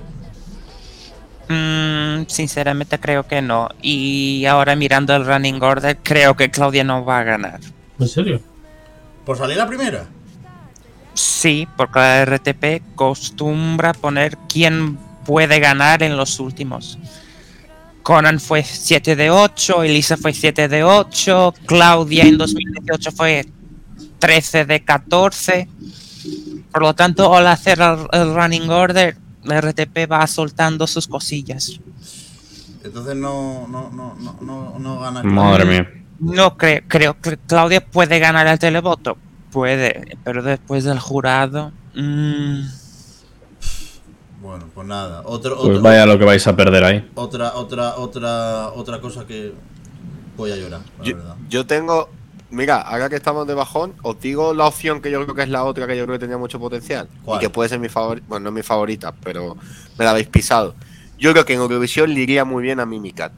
Sinceramente creo que no. Y ahora mirando el running order, creo que Claudia no va a ganar. ¿En serio? ¿Por salir la primera? Sí, porque la RTP acostumbra poner quién puede ganar en los últimos. Conan fue 7 de 8, Elisa fue 7 de 8, Claudia en 2018 fue 13 de 14. Por lo tanto, al hacer el running order, la RTP va soltando sus cosillas. Entonces no gana. Madre mía. No creo que Claudia puede ganar el televoto. Puede, pero después del jurado. Bueno, pues nada. Pues vaya lo que vais a perder ahí. Otra cosa que voy a llorar, la verdad. Yo tengo. Mira, ahora que estamos de bajón, os digo la opción que yo creo que es la otra que yo creo que tenía mucho potencial. ¿Cuál? Y que puede ser mi favorita. Bueno, no es mi favorita, pero me la habéis pisado. Yo creo que en Eurovisión le iría muy bien a Mimicat.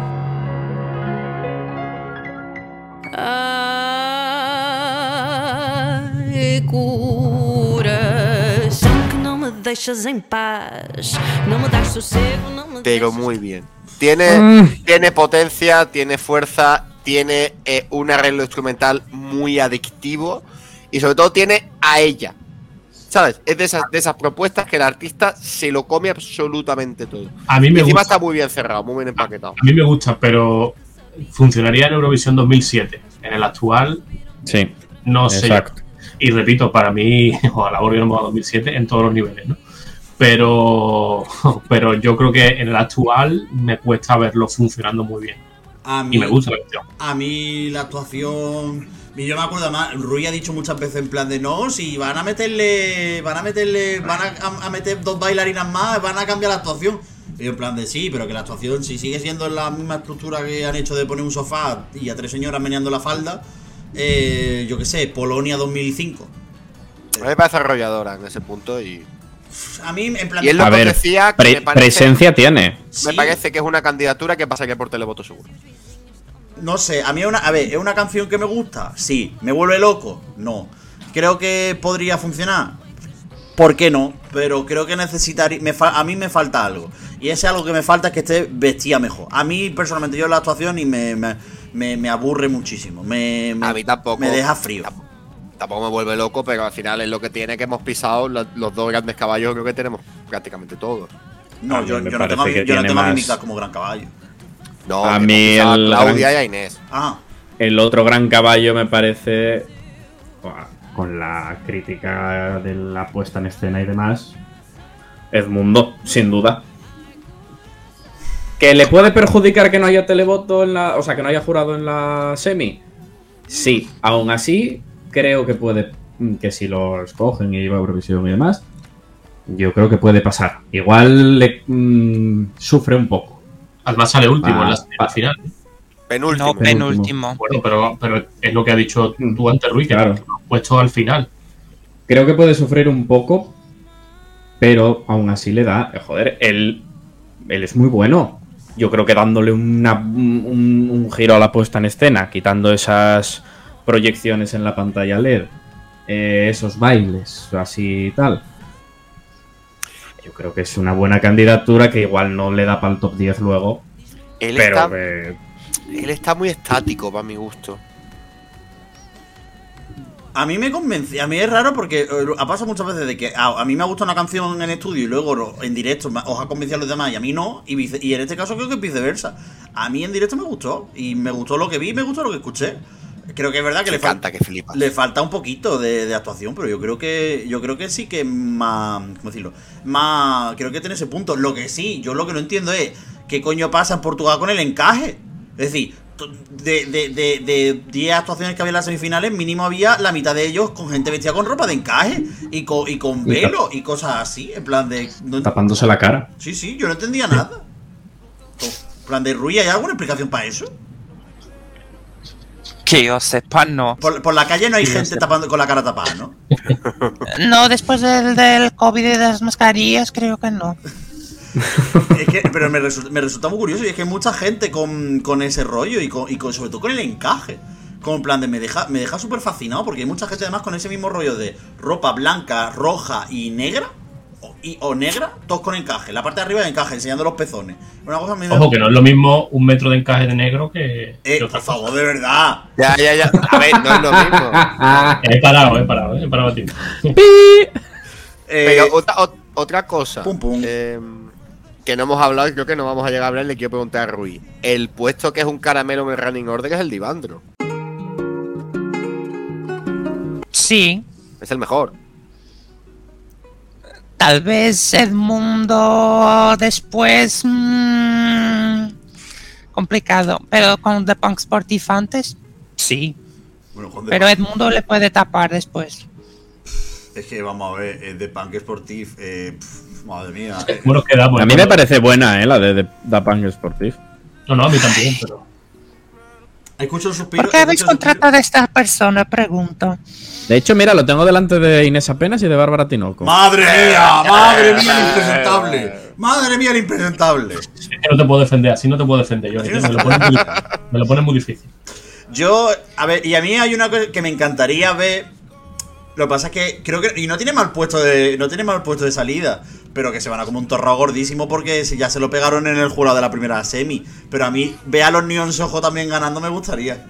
Ai, coração que não me deixas em paz, não me das sossego, não me Pero deixas... muy bien. Tiene potencia, tiene fuerza, tiene un arreglo instrumental muy adictivo y sobre todo tiene a ella. ¿Sabes? Es de esas propuestas que el artista se lo come absolutamente todo. A mí Y me encima gusta. está muy bien cerrado, muy bien empaquetado. A mí me gusta, pero funcionaría en Eurovisión 2007. En el actual, Sí, no sé. yo. exacto. Y repito, para mí, ojalá volviéramos a 2007 en todos los niveles, ¿no? Pero yo creo que en el actual me cuesta verlo funcionando muy bien. A mí, Y me gusta la canción. A mí la actuación Y yo me acuerdo además, Rui ha dicho muchas veces en plan de no, si van a meter 2 bailarinas más, van a cambiar la actuación. Y yo en plan de sí, pero que la actuación si sigue siendo la misma estructura que han hecho de poner un sofá y a 3 señoras meneando la falda, yo qué sé, Polonia 2005. A mí me parece arrolladora en ese punto y A mí en plan Y es lo A que ver, decía que me parece, presencia tiene. sí, me parece que es una candidatura que pasaría por televoto seguro. no sé, a mí ¿es una canción que me gusta? Sí. ¿Me vuelve loco? No. ¿Creo que podría funcionar? ¿Por qué no? Pero creo que necesitaría... a mí me falta algo. Y ese algo que me falta es que esté vestida mejor. A mí, personalmente, yo la actuación y me aburre muchísimo. A mí tampoco. Me deja frío. Tampoco me vuelve loco, pero al final es lo que tiene, que hemos pisado los 2 grandes caballos, creo que tenemos prácticamente todos. No, A mí yo me no tengo parece que tiene a más- mímica como gran caballo. No, A que mí hemos pisado el a Claudia gran- y a Inés. Ah, El otro gran caballo me parece, con la crítica de la puesta en escena y demás, Edmundo, sin duda. ¿Que le puede perjudicar que no haya televoto en la... O sea, que no haya jurado en la semi? Sí, aún así, creo que puede... Que si lo escogen y va a Eurovisión y demás, yo creo que puede pasar. Igual le sufre un poco. Además sale último en la Ah, final. Penúltimo. No, penúltimo. Bueno, pero es lo que ha dicho tú antes, Rui, que Claro. lo has puesto al final. Creo que puede sufrir un poco, pero aún así le da... Joder, él es muy bueno. Yo creo que dándole un giro a la puesta en escena, quitando esas proyecciones en la pantalla LED, esos bailes, así y tal. Yo creo que es una buena candidatura que igual no le da para el top 10 luego, Él, pero está, que... él está muy estático para mi gusto. a mí me convence. A mí es raro porque ha pasado muchas veces de que a mí me gusta una canción en estudio y luego en directo os ha convencido a los demás y a mí no. Y en este caso creo que es viceversa. A mí en directo me gustó. Y me gustó lo que vi, me gustó lo que escuché. Creo que es verdad que Me encanta, que flipas. le falta un poquito de actuación, pero yo creo que sí que más, ¿cómo decirlo? Más, creo que tiene ese punto. Lo que sí, yo lo que no entiendo es qué coño pasa en Portugal con el encaje. Es decir, de 10 actuaciones que había en las semifinales, mínimo había la mitad de ellos con gente vestida con ropa de encaje y con velo y cosas así, en plan de tapándose la cara. sí, yo no entendía nada. En plan de Rui, ¿hay alguna explicación para eso? Que yo sepa, no. Por la calle no hay gente tapando con la cara tapada, ¿no? No, después del COVID y de las mascarillas, creo que no. Es que, pero me resulta muy curioso y es que hay mucha gente con ese rollo y sobre todo con el encaje. Como en plan de me deja súper fascinado porque hay mucha gente además con ese mismo rollo de ropa blanca, roja y negra o negra, todos con encaje. La parte de arriba de encaje, enseñando los pezones. Una cosa muy... Ojo, que no es lo mismo 1 metro de encaje de negro que otra por cosa. favor, de verdad. Ya. A ver, no es lo mismo. He parado a ti. Pero otra cosa. Pum, pum. Que no hemos hablado y creo que no vamos a llegar a hablar, le quiero preguntar a Rui. El puesto que es un caramelo en el running order es el de Ivandro. Sí, Es el mejor. tal vez Edmundo después... complicado. Pero con The Punk Sportif antes, sí. Bueno, joder, Pero Edmundo le puede tapar después. es que vamos a ver, de Punk Sportif, madre mía. Bueno, quedamos. A mí me parece buena, la de Da Punk Sportif. No, a mí también, pero. Escucho el suspiro. ¿Por qué habéis escucho el suspiro. contratado a esta persona? Pregunto. De hecho, mira, lo tengo delante de Inés Apenas y de Bárbara Tinoco. ¡Madre mía! ¡Madre mía el impresentable! ¡Madre mía el impresentable! Es que no te puedo defender, así no te puedo defender yo. Me lo pone muy difícil. Yo, a ver, y a mí hay una cosa que me encantaría ver. Lo que pasa es que creo que. Y no tiene mal puesto de salida. Pero que se van a como un torrao gordísimo porque ya se lo pegaron en el jurado de la primera semi. Pero a mí, ver a los Neon Soho también ganando me gustaría.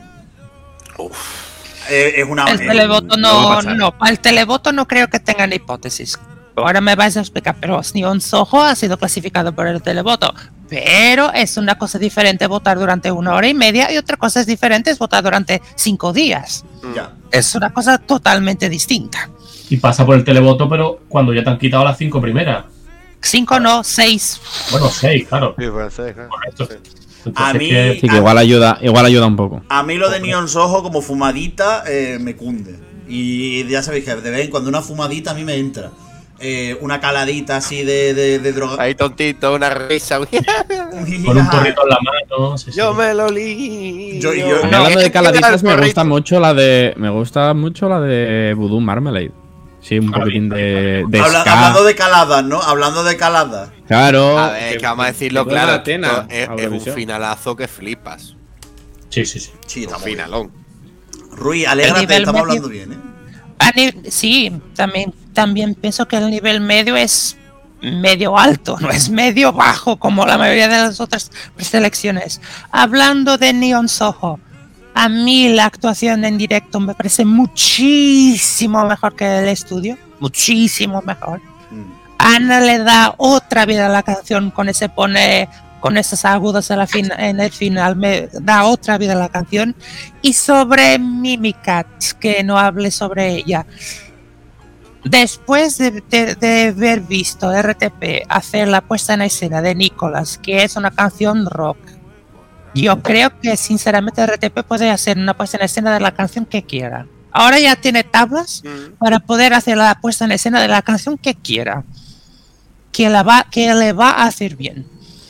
Es una. El televoto no va a no, pasar. no, para el televoto no creo que tengan hipótesis. Ahora me vais a explicar, pero Neon Soho ha sido clasificado por el televoto. Pero es una cosa diferente votar durante 1 hora y media y otra cosa es diferente es votar durante 5 días. Ya. Es una cosa totalmente distinta. Y pasa por el televoto, pero cuando ya te han quitado las 5 primeras. 5 no, 6. Bueno, 6, claro. Sí, francés, claro. Correcto. Sí. Entonces, mí- es Sí, que igual ayuda un poco. A mí lo de Neon Soho como fumadita me cunde. Y ya sabéis que de vez en cuando una fumadita a mí me entra. Una caladita así de droga. Ahí tontito, una risa. con un porrito en la mano. Sí, sí. Yo me lo li. Yo- Hablando de caladitas, me gusta mucho. mucho la de Voodoo Marmalade. Sí, un poquitín de ska. Hablando de caladas, ¿no? Hablando de caladas. Claro. A ver, que vamos a decirlo que vuelva claro. Atena esto a es un Eurovisión. finalazo que flipas. Sí, sí, sí. Sí, está Un muy bien. finalón. Rui, El alégrate, nivel estamos medio- hablando bien, ¿eh? Sí, también pienso que el nivel medio es medio alto, no es medio bajo como la mayoría de las otras preselecciones. Hablando de Neon Soho, a mí la actuación en directo me parece muchísimo mejor que el estudio, muchísimo mejor. Mm. Ana le da otra vida a la canción con esos agudos en el final, me da otra vida a la canción. Y sobre Mimicat, que no hable sobre ella. Después de haber visto RTP hacer la puesta en escena de Nicholas, que es una canción rock, yo creo que sinceramente RTP puede hacer una puesta en escena de la canción que quiera. Ahora ya tiene tablas para poder hacer la puesta en escena de la canción que quiera, que le va a hacer bien.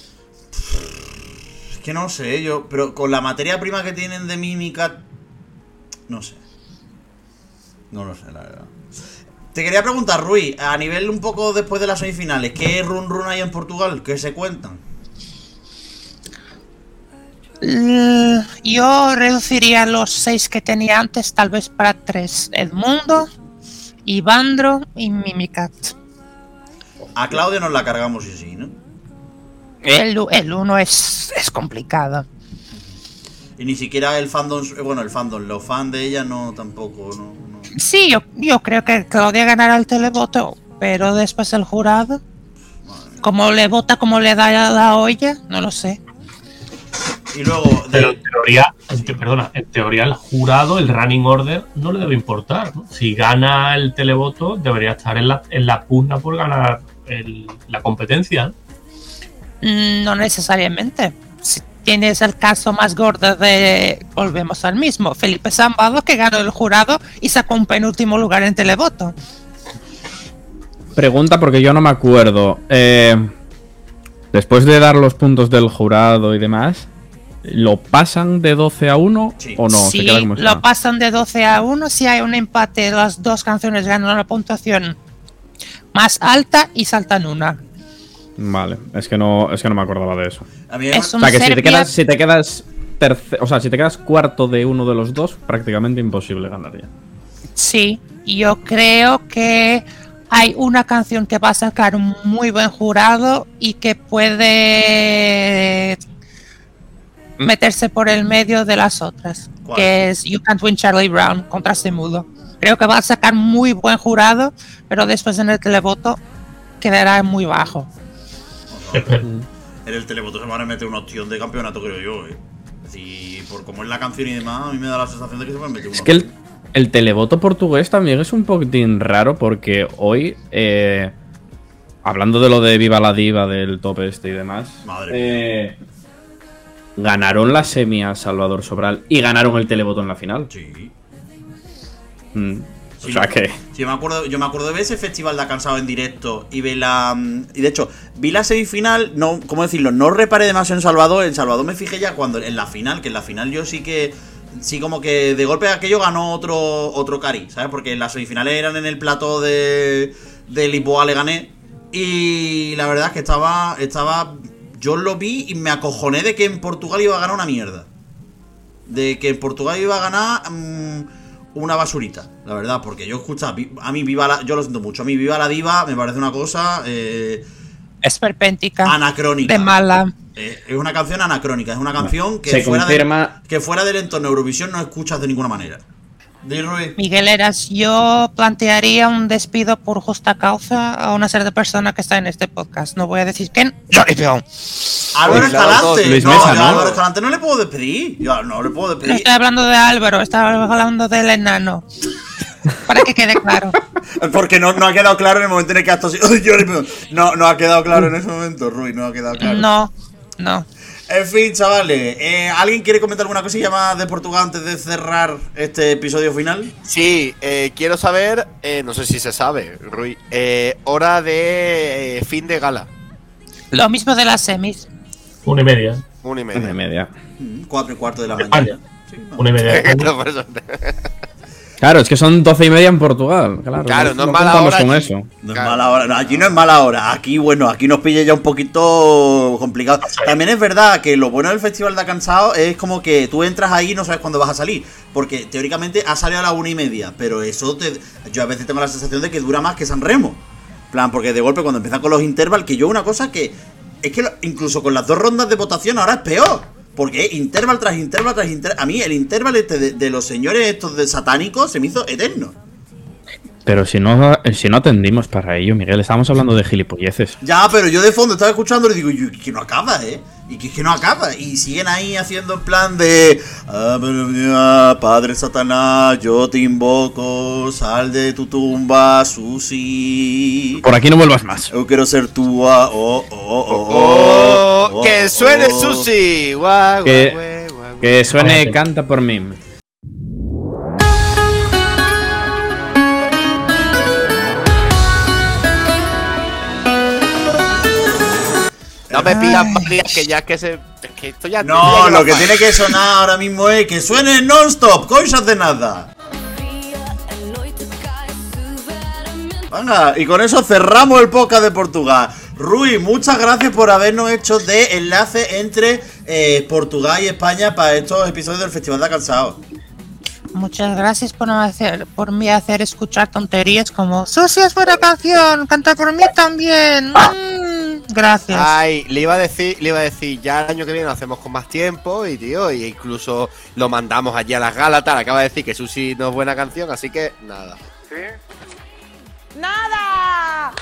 Es que no sé, pero con la materia prima que tienen de mímica, no sé. No lo sé, la verdad. Te quería preguntar, Rui, a nivel un poco después de las semifinales, ¿qué run hay en Portugal? ¿Qué se cuentan? Yo reduciría los 6 que tenía antes, tal vez para 3. Edmundo, Ivandro y Mimicat. A Claudia nos la cargamos y sí, ¿no? El 1 es complicado. Y ni siquiera el fandom, los fans de ella no tampoco, no. Sí, yo creo que Claudia ganará el televoto, pero después el jurado, como le vota, como le da la olla, no lo sé. Y luego, Pero en teoría el jurado, el running order, no le debe importar, ¿no? Si gana el televoto, debería estar en la pugna por ganar la competencia, ¿no? No necesariamente. Si tienes el caso más gordo volvemos al mismo, Felipe Zambado, que ganó el jurado y sacó un penúltimo lugar en televoto. Pregunta porque yo no me acuerdo. Después de dar los puntos del jurado y demás, ¿lo pasan de 12 a 1 Sí. o no? Sí, ¿Se queda como está? lo pasan de 12 a 1. Si hay un empate, las dos canciones ganan la puntuación más alta y saltan una. Vale, es que no me acordaba de eso. a mí Es O un sea que Serbia- si te quedas cuarto de uno de los dos, prácticamente imposible ganar ya. Sí, yo creo que hay una canción que va a sacar un muy buen jurado y que puede meterse por el medio de las otras, ¿Cuál? que es You Can't Win Charlie Brown contra Semudo. Creo que va a sacar muy buen jurado, pero después en el televoto quedará muy bajo. en el televoto se van a meter una opción de campeonato, creo yo, Si por cómo es la canción y demás, a mí me da la sensación de que se van a meter una Es que el televoto portugués también es un poquitín raro porque hoy, hablando de lo de Viva la Diva del top este y demás, Madre ganaron la semi a Salvador Sobral y ganaron el televoto en la final. Sí. O sea que... Sí, yo me acuerdo de ver ese festival de Cansado en directo y ver y de hecho, vi la semifinal, no, ¿cómo decirlo? No reparé demasiado en Salvador. En Salvador me fijé ya cuando en la final, que en la final yo sí como que de golpe aquello ganó otro cari, ¿sabes? Porque las semifinales eran en el plató de Lisboa Leganés. Y la verdad es que estaba. Yo lo vi y me acojoné de que en Portugal iba a ganar una mierda. De que en Portugal iba a ganar una basurita, la verdad, porque yo escucha, a mí yo lo siento mucho, a mí Viva la Diva me parece una cosa Esperpéntica, anacrónica. de mala. Es una canción anacrónica, es una canción que Se confirma... que fuera del entorno Eurovisión no escuchas de ninguna manera. Di, Rui. Miguel Eras, yo plantearía un despido por justa causa a una serie de personas que están en este podcast. No voy a decir quién. Álvaro Escalante. Luis No, Mesa, yo ¿no? a Álvaro Escalante no le puedo despedir. Yo no le puedo No despedir. estoy hablando de Álvaro, estaba hablando del enano. Para que quede claro. Porque no ha quedado claro en el momento en el que has tosido. No ha quedado claro en ese momento, Rui, no ha quedado claro. No. En fin, chavales, ¿alguien quiere comentar alguna cosilla más de Portugal antes de cerrar este episodio final? Sí, quiero saber, no sé si se sabe, Rui, hora de fin de gala. Lo mismo de las semis. 1:30. 1:30. 1:30. 4:15 de la España. mañana. Sí, no. 1:30. No, por eso- Claro, es que son 12:30 en Portugal. Claro, no es mala contamos hora con aquí. eso. No es Claro. mala hora, no, aquí no es mala hora, aquí bueno, aquí nos pilla ya un poquito complicado. También es verdad que lo bueno del Festival de Cansado es como que tú entras ahí y no sabes cuándo vas a salir, porque teóricamente ha salido a las 1:30, pero eso yo a veces tengo la sensación de que dura más que San Remo. En plan, porque de golpe cuando empiezan con los intervals, que yo una cosa que es que incluso con las 2 rondas de votación ahora es peor. Porque interval tras interval tras interval. A mí el interval este de los señores estos de satánicos se me hizo eterno. Pero si no atendimos para ello, Miguel, estábamos hablando de gilipolleces. Ya, pero yo de fondo estaba escuchando y digo, que no acaba, y que no acaba. Y siguen ahí haciendo en plan de Padre Satanás, yo te invoco, sal de tu tumba, Susi. Por aquí no vuelvas más. Yo quiero ser tua, ¡Que suene Susi! Guau, Que- guau, guau, guau. Que suene Canta por mí. No me pidas más días que ya es que esto ya. No, ya lo que lleva tiene que sonar ahora mismo es que suene non-stop, coisas de nada. Venga, y con eso cerramos el podcast de Portugal. Rui, muchas gracias por habernos hecho de enlace entre Portugal y España para estos episodios del Festival de Cansado. Muchas gracias por mí hacer escuchar tonterías como Susi es buena canción, canta por mí también. Gracias. Ay, le iba a decir, ya el año que viene lo hacemos con más tiempo y tío, y incluso lo mandamos allí a las galas, tal, acaba de decir que Susi no es buena canción, así que nada. ¡Nada!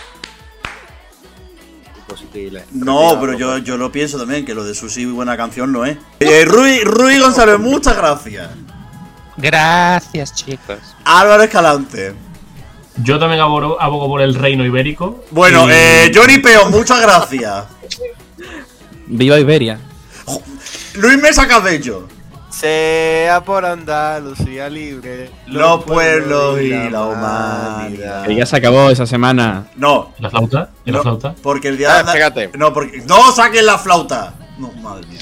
Imposible. No, pero yo lo pienso también, que lo de Susi buena canción no es. Rui González, muchas gracias. Gracias, chicos. Álvaro Escalante. Yo también abogo por el reino ibérico. Bueno, Y- Johnny Peón, muchas gracias. Viva Iberia. Luis Mesa Cabello. Sea por Andalucía libre, Los pueblos y la humanidad. Que ya se acabó esa semana. No, ¿La flauta? ¿Y la no, flauta? porque el día de espérate. No, porque no saquen la flauta. No, madre mía.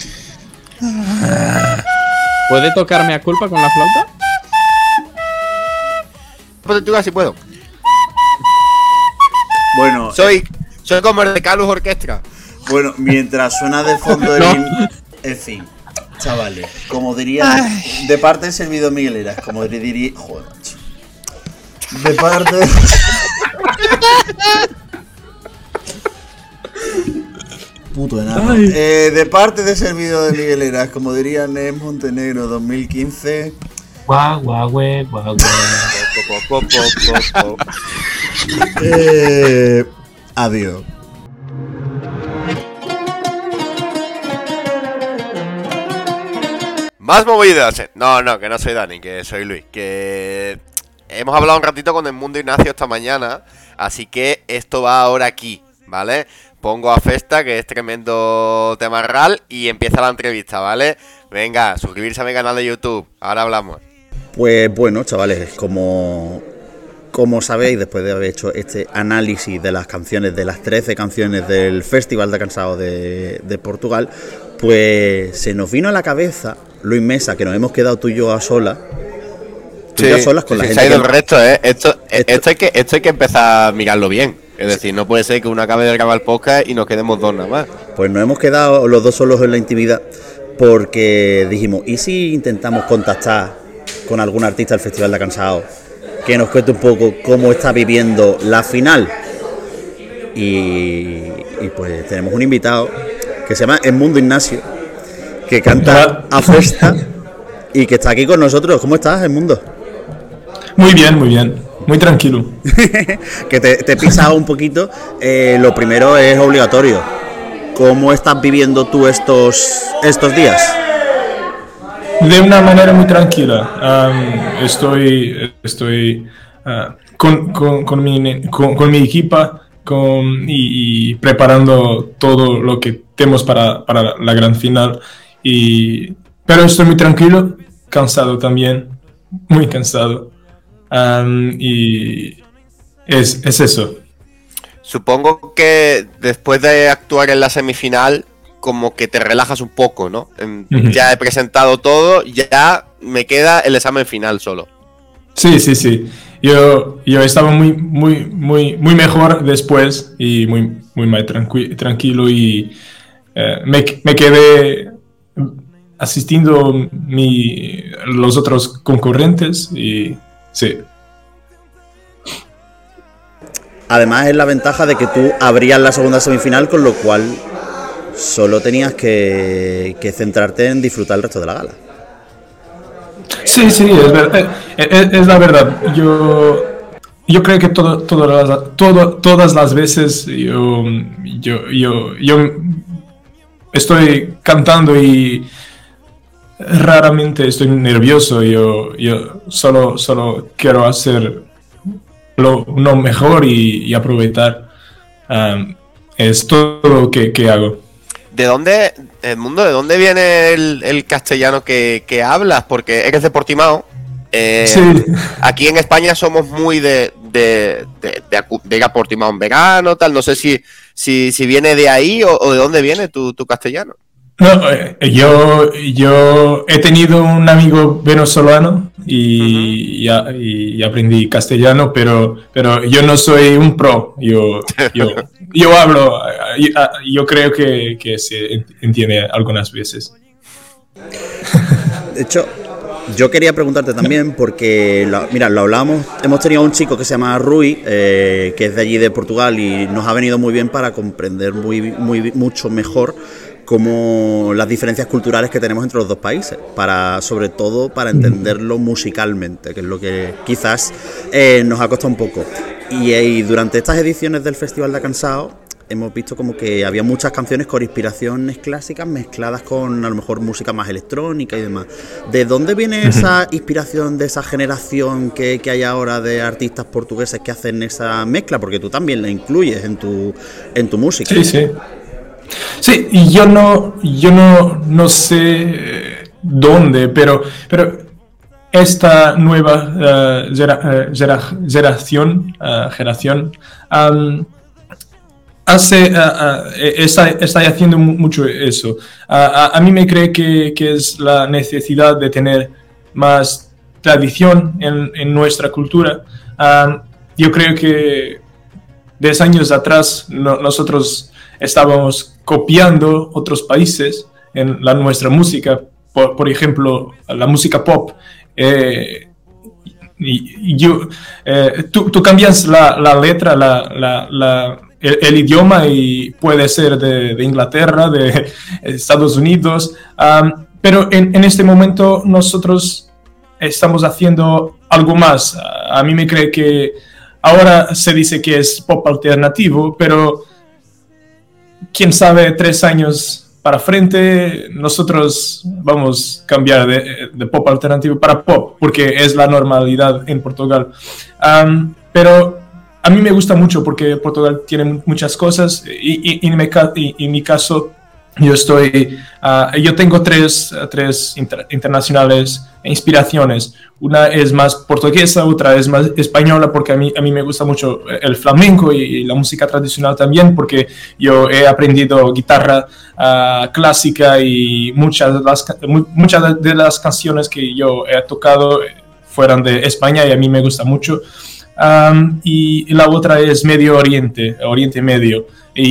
¿Puede tocarme a culpa con la flauta? Portugal si puedo. Bueno, Soy como el de Calus Orquestra. bueno, mientras suena de fondo el No. en fin, chavales, como diría de parte del servidor Miguel Eras, como diría, joder, macho. De parte puto enano. De parte del servidor de Miguel Eras, como diría Nes Montenegro 2015. Guau, guau, güey, guau, güey. Adiós. Más movidas. No, que no soy Dani, que soy Luis. Que hemos hablado un ratito con el Mundo Ignacio esta mañana, así que esto va ahora aquí, ¿vale? Pongo a Festa, que es tremendo tema real, y empieza la entrevista, ¿vale? Venga, suscribirse a mi canal de YouTube. Ahora hablamos. Pues bueno, chavales, como sabéis, después de haber hecho este análisis de las canciones, de las 13 canciones del Festival de Cansado de Portugal, pues se nos vino a la cabeza, Luis Mesa, que nos hemos quedado tú y yo a solas. Tú y yo a solas con la gente. Se ha ido que- el resto, ¿eh? Esto hay que empezar a mirarlo bien. Es decir, no puede ser que uno acabe de grabar el podcast y nos quedemos dos nada más. Pues nos hemos quedado los dos solos en la intimidad porque dijimos, ¿y si intentamos contactar con algún artista del Festival de Cansado que nos cuente un poco cómo está viviendo la final? Y pues tenemos un invitado que se llama Edmundo Ignacio, que canta a Festa y que está aquí con nosotros. ¿Cómo estás, Edmundo? Muy bien, muy tranquilo. Que te he pisado un poquito. Lo primero es obligatorio. ¿Cómo estás viviendo tú estos días? De una manera muy tranquila. Estoy con mi equipa y preparando todo lo que tenemos para la gran final. Pero estoy muy tranquilo, cansado también, muy cansado. Y es eso. Supongo que después de actuar en la semifinal, como que te relajas un poco, ¿no? Ya he presentado todo, ya me queda el examen final solo. Sí. Yo estaba muy mejor después y muy más tranquilo y me quedé asistiendo los otros concurrentes y sí. Además es la ventaja de que tú abrías la segunda semifinal, con lo cual solo tenías que centrarte en disfrutar el resto de la gala. Sí, es verdad, es la verdad. Yo creo que todas las veces yo estoy cantando y raramente estoy nervioso. Yo solo quiero hacer lo mejor y aprovechar. Es todo lo que hago. ¿De dónde, Edmundo, de dónde viene el castellano que hablas? Porque eres de Portimao. Sí. Aquí en España somos muy de ir a Portimao en verano, tal. No sé si viene de ahí o de dónde viene tu castellano. No, yo he tenido un amigo venezolano y aprendí castellano, pero yo no soy un pro. Yo hablo, yo creo que se entiende algunas veces. De hecho, yo quería preguntarte también, porque mira, lo hablábamos, hemos tenido a un chico que se llama Rui, que es de allí de Portugal, y nos ha venido muy bien para comprender mucho mejor como las diferencias culturales que tenemos entre los dos países, sobre todo para entenderlo musicalmente, que es lo que quizás nos ha costado un poco. Y durante estas ediciones del Festival de Cansao hemos visto como que había muchas canciones con inspiraciones clásicas mezcladas con a lo mejor música más electrónica y demás. ¿De dónde viene esa inspiración de esa generación que hay ahora de artistas portugueses que hacen esa mezcla? Porque tú también la incluyes en tu música. Sí, y yo no sé dónde, pero esta nueva generación está haciendo mucho eso. A mí me cree que es la necesidad de tener más tradición en nuestra cultura. Yo creo que 10 años atrás nosotros estábamos copiando otros países en nuestra música, por ejemplo, la música pop. Tú cambias la letra, el idioma, y puede ser de Inglaterra, de Estados Unidos, pero en este momento nosotros estamos haciendo algo más. A mí me cree que ahora se dice que es pop alternativo, pero quién sabe, 3 años para frente, nosotros vamos a cambiar de pop alternativo para pop, porque es la normalidad en Portugal. Pero a mí me gusta mucho porque Portugal tiene muchas cosas, y en mi caso yo tengo tres internacionales inspiraciones. Una es más portuguesa, otra es más española, porque a mí me gusta mucho el flamenco y la música tradicional también, porque yo he aprendido guitarra clásica, y muchas de las canciones que yo he tocado fueron de España y a mí me gusta mucho. Y la otra es Oriente Medio.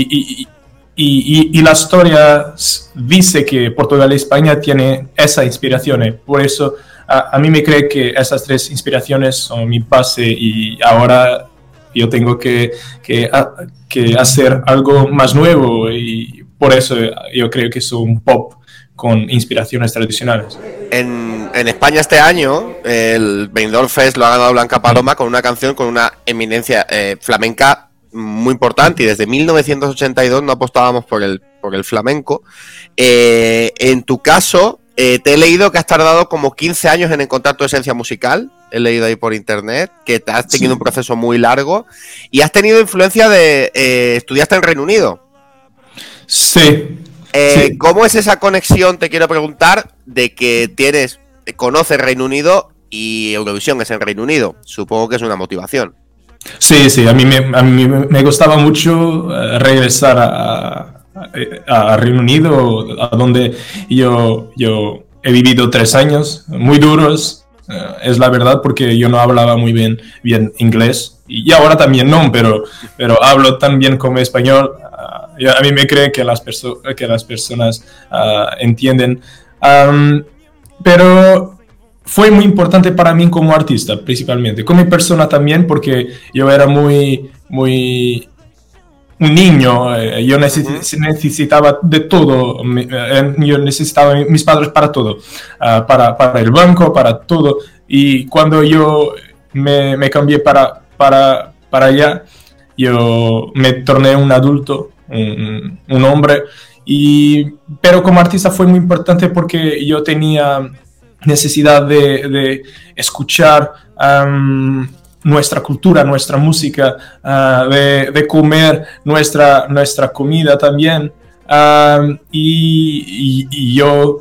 Y la historia dice que Portugal y España tienen esa inspiración. Por eso a mí me cree que esas 3 inspiraciones son mi base, y ahora yo tengo que hacer algo más nuevo, y por eso yo creo que soy un pop con inspiraciones tradicionales. En España este año el Benidorm Fest lo ha ganado Blanca Paloma con una canción con una eminencia flamenca muy importante, y desde 1982 no apostábamos por el flamenco. En tu caso, te he leído que has tardado como 15 años en encontrar tu esencia musical. He leído ahí por internet que te has tenido un proceso muy largo y has tenido influencia de... estudiaste en Reino Unido. Sí. ¿Cómo es esa conexión, te quiero preguntar, de que conoces Reino Unido y Eurovisión es en Reino Unido? Supongo que es una motivación. Sí, a mí me gustaba mucho regresar a Reino Unido, a donde yo he vivido 3 años muy duros, es la verdad, porque yo no hablaba muy bien inglés, y ahora también no, pero hablo tan bien como español. A mí me cree que las personas entienden. Pero fue muy importante para mí como artista, principalmente. Como persona también, porque yo era muy un niño. Yo necesitaba de todo. Yo necesitaba mis padres para todo. Para el banco, para todo. Y cuando yo me cambié para allá, yo me torné un adulto, un hombre, pero como artista fue muy importante porque yo tenía necesidad de escuchar nuestra cultura, nuestra música, de comer nuestra comida también, y yo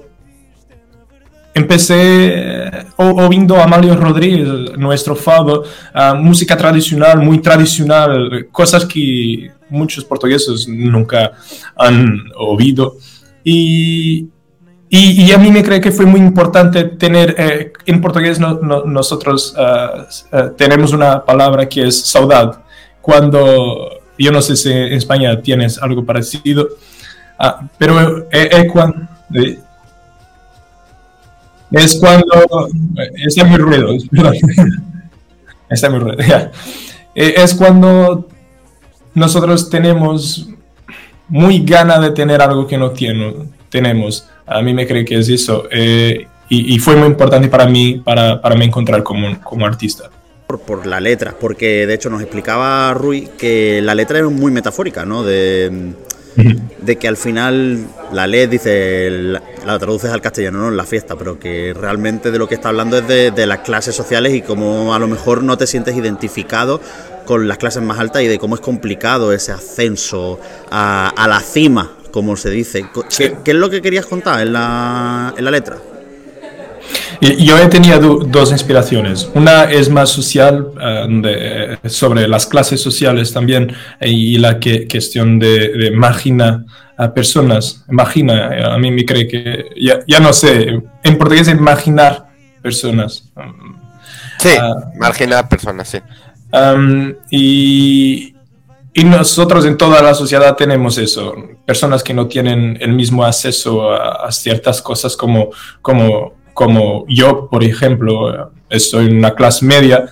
empecé oyendo a Amalio Rodríguez, nuestro fado, música tradicional, muy tradicional, cosas que muchos portugueses nunca han oído. Y a mí me cree que fue muy importante tener, en portugués nosotros tenemos una palabra que es saudade. Cuando, yo no sé si en España tienes algo parecido, pero cuando... Es cuando... Está muy ruido, está muy ruido, ya. Es cuando nosotros tenemos muy gana de tener algo que no tenemos. A mí me cree que es eso. Y fue muy importante para mí, para me encontrar como artista. Por la letra, porque de hecho nos explicaba Rui que la letra es muy metafórica, ¿no? De que al final la ley dice, la traduces al castellano, no en la fiesta, pero que realmente de lo que está hablando es de las clases sociales y cómo a lo mejor no te sientes identificado con las clases más altas y de cómo es complicado ese ascenso a la cima, como se dice. ¿Qué es lo que querías contar en la letra? Yo he tenido dos inspiraciones. Una es más social, sobre las clases sociales también, y la cuestión de imaginar a personas. Imagina, a mí me cree que, ya no sé, en portugués imaginar personas. Sí, imaginar personas, sí. Y nosotros en toda la sociedad tenemos eso, personas que no tienen el mismo acceso a ciertas cosas como yo, por ejemplo, estoy en una clase media,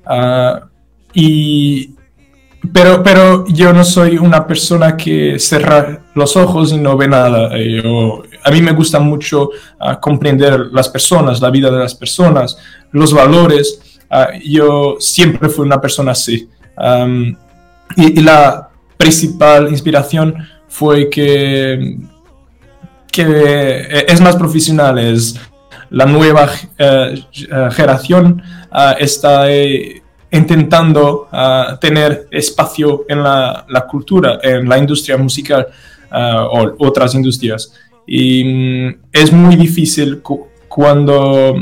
pero yo no soy una persona que cierra los ojos y no ve nada. A mí me gusta mucho comprender las personas, la vida de las personas, los valores. Yo siempre fui una persona así. Y la principal inspiración fue que es más profesional, es la nueva generación está intentando tener espacio en la cultura, en la industria musical o otras industrias. Y es muy difícil cuando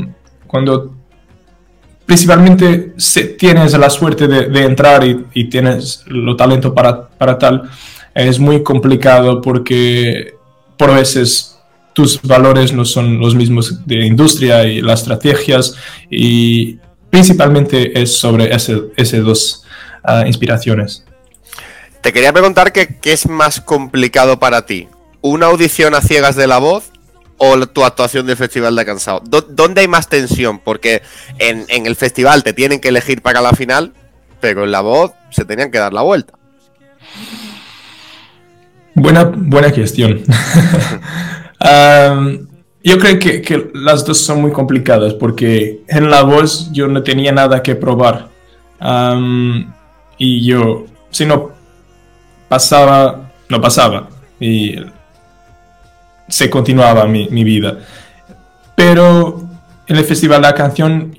principalmente tienes la suerte de entrar y tienes el talento para tal. Es muy complicado porque por veces tus valores no son los mismos de industria y las estrategias, y principalmente es sobre esas dos inspiraciones. Te quería preguntar qué es más complicado para ti, ¿una audición a ciegas de La Voz o tu actuación del Festival de Cansado? ¿Dónde hay más tensión? Porque en el festival te tienen que elegir para la final, pero en La Voz se tenían que dar la vuelta. Buena cuestión. Yo creo que las dos son muy complicadas porque en La Voz yo no tenía nada que probar, y yo, si no pasaba, no pasaba y se continuaba mi vida. pero en el Festival de la Canción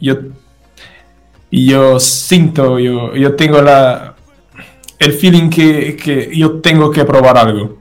yo siento, yo tengo el feeling que yo tengo que probar algo.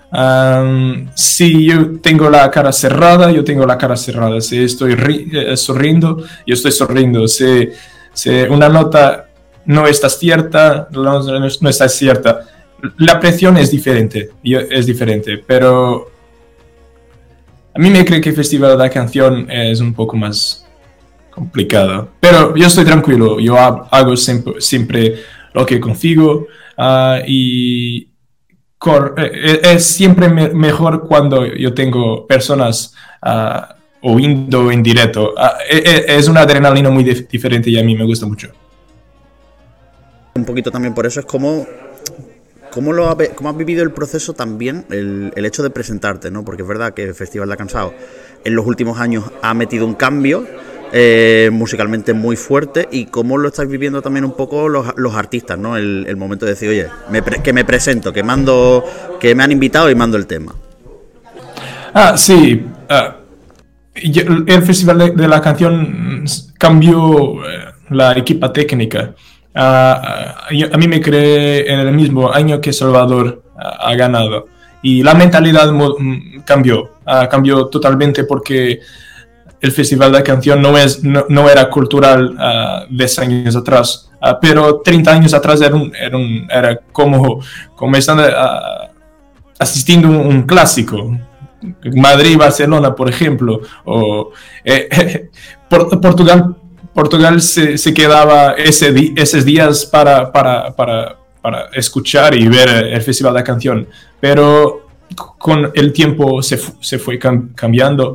Si yo tengo la cara cerrada, yo tengo la cara cerrada. Si estoy sonriendo, yo estoy sonriendo. Si una nota no está cierta, no está cierta. La presión es diferente, pero a mí me cree que el Festival de la Canción es un poco más complicado. Pero yo estoy tranquilo, yo hago siempre lo que consigo y es siempre mejor cuando yo tengo personas oyendo en directo. Es una adrenalina muy diferente y a mí me gusta mucho. Un poquito también por eso es cómo has vivido el proceso también, el hecho de presentarte, ¿no? Porque es verdad que el Festival de Cansado en los últimos años ha metido un cambio musicalmente muy fuerte, y cómo lo estáis viviendo también un poco los artistas, ¿no? El momento de decir, oye, que me presento, que me han invitado y mando el tema. Sí. El Festival de la Canción cambió la equipa técnica. A mí me cree en el mismo año que Salvador ha ganado, y la mentalidad cambió totalmente, porque el Festival de la Canción no era cultural 10 años atrás, pero 30 años atrás era como están asistiendo a un clásico. Madrid-Barcelona, por ejemplo, o Portugal se quedaba esos días para escuchar y ver el Festival de la Canción, pero con el tiempo se fue cambiando,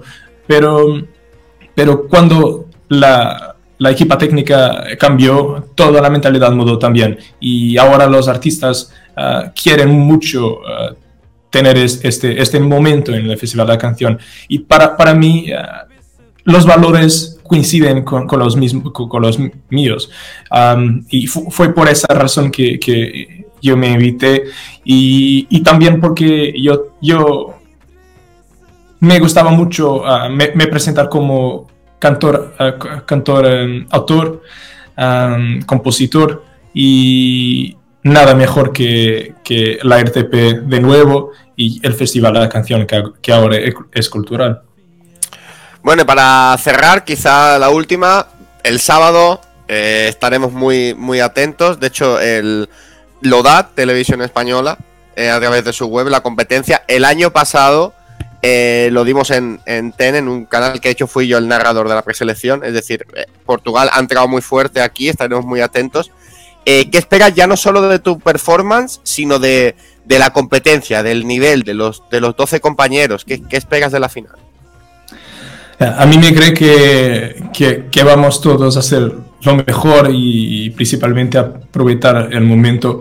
pero cuando la equipa técnica cambió, toda la mentalidad mudó también, y ahora los artistas quieren mucho tener este momento en el Festival de la Canción, y para mí los valores coinciden con los míos, y fue por esa razón que yo me invité, y también porque yo me gustaba mucho me presentar como cantor, autor, compositor, y nada mejor que la RTP de nuevo y el Festival de la Canción, que ahora es cultural. Bueno, y para cerrar, quizá la última, el sábado estaremos muy, muy atentos. De hecho, lo da Televisión Española a través de su web, la competencia. El año pasado lo dimos en TEN, en un canal que de hecho fui yo el narrador de la preselección. Es decir, Portugal ha entrado muy fuerte aquí, estaremos muy atentos. ¿Qué esperas ya no solo de tu performance, sino de la competencia, del nivel, de los 12 compañeros? ¿Qué esperas de la final? A mí me cree que vamos todos a hacer lo mejor y principalmente aprovechar el momento,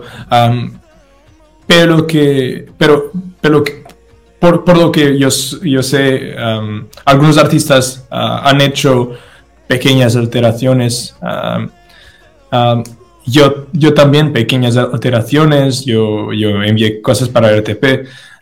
pero por lo que yo sé, algunos artistas han hecho pequeñas alteraciones. Yo también pequeñas alteraciones, yo envié cosas para RTP,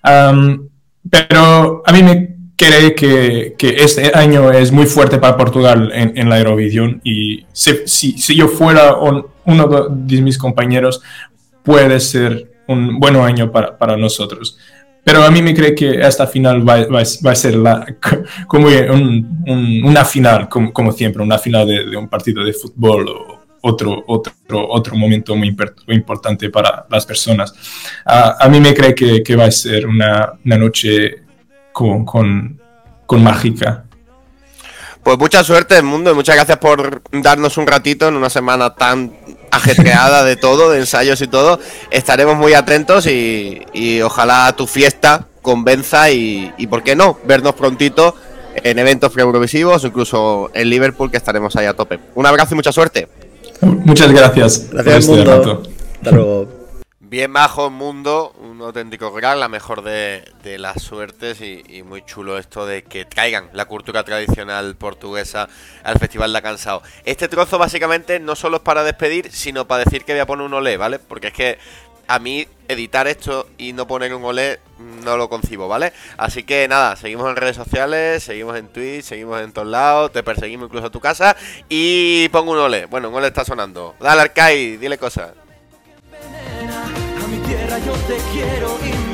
pero a mí me cree que este año es muy fuerte para Portugal en la Eurovisión, y si yo fuera uno de mis compañeros, puede ser un buen año para nosotros. Pero a mí me cree que esta final va a ser como una final, como siempre, una final de un partido de fútbol o otro momento muy importante para las personas. A mí me cree que va a ser una noche con mágica. Pues mucha suerte, Edmundo, y muchas gracias por darnos un ratito en una semana tan ajetreada de todo, de ensayos y todo. Estaremos muy atentos y ojalá tu fiesta convenza y ¿por qué no? Vernos prontito en eventos pre-eurovisivos o incluso en Liverpool, que estaremos ahí a tope. Un abrazo y mucha suerte. Muchas gracias. Gracias, Mundo. Hasta luego. Bien bajo, Mundo, un auténtico crack, la mejor de las suertes, y muy chulo esto de que traigan la cultura tradicional portuguesa al Festival de Cansao. Este trozo básicamente no solo es para despedir, sino para decir que voy a poner un olé, ¿vale? Porque es que a mí editar esto y no poner un olé no lo concibo, ¿vale? Así que nada, seguimos en redes sociales, seguimos en Twitch, seguimos en todos lados, te perseguimos incluso a tu casa y pongo un olé. Bueno, un olé está sonando. Dale, Arcai, dile cosas. A mi tierra yo te quiero y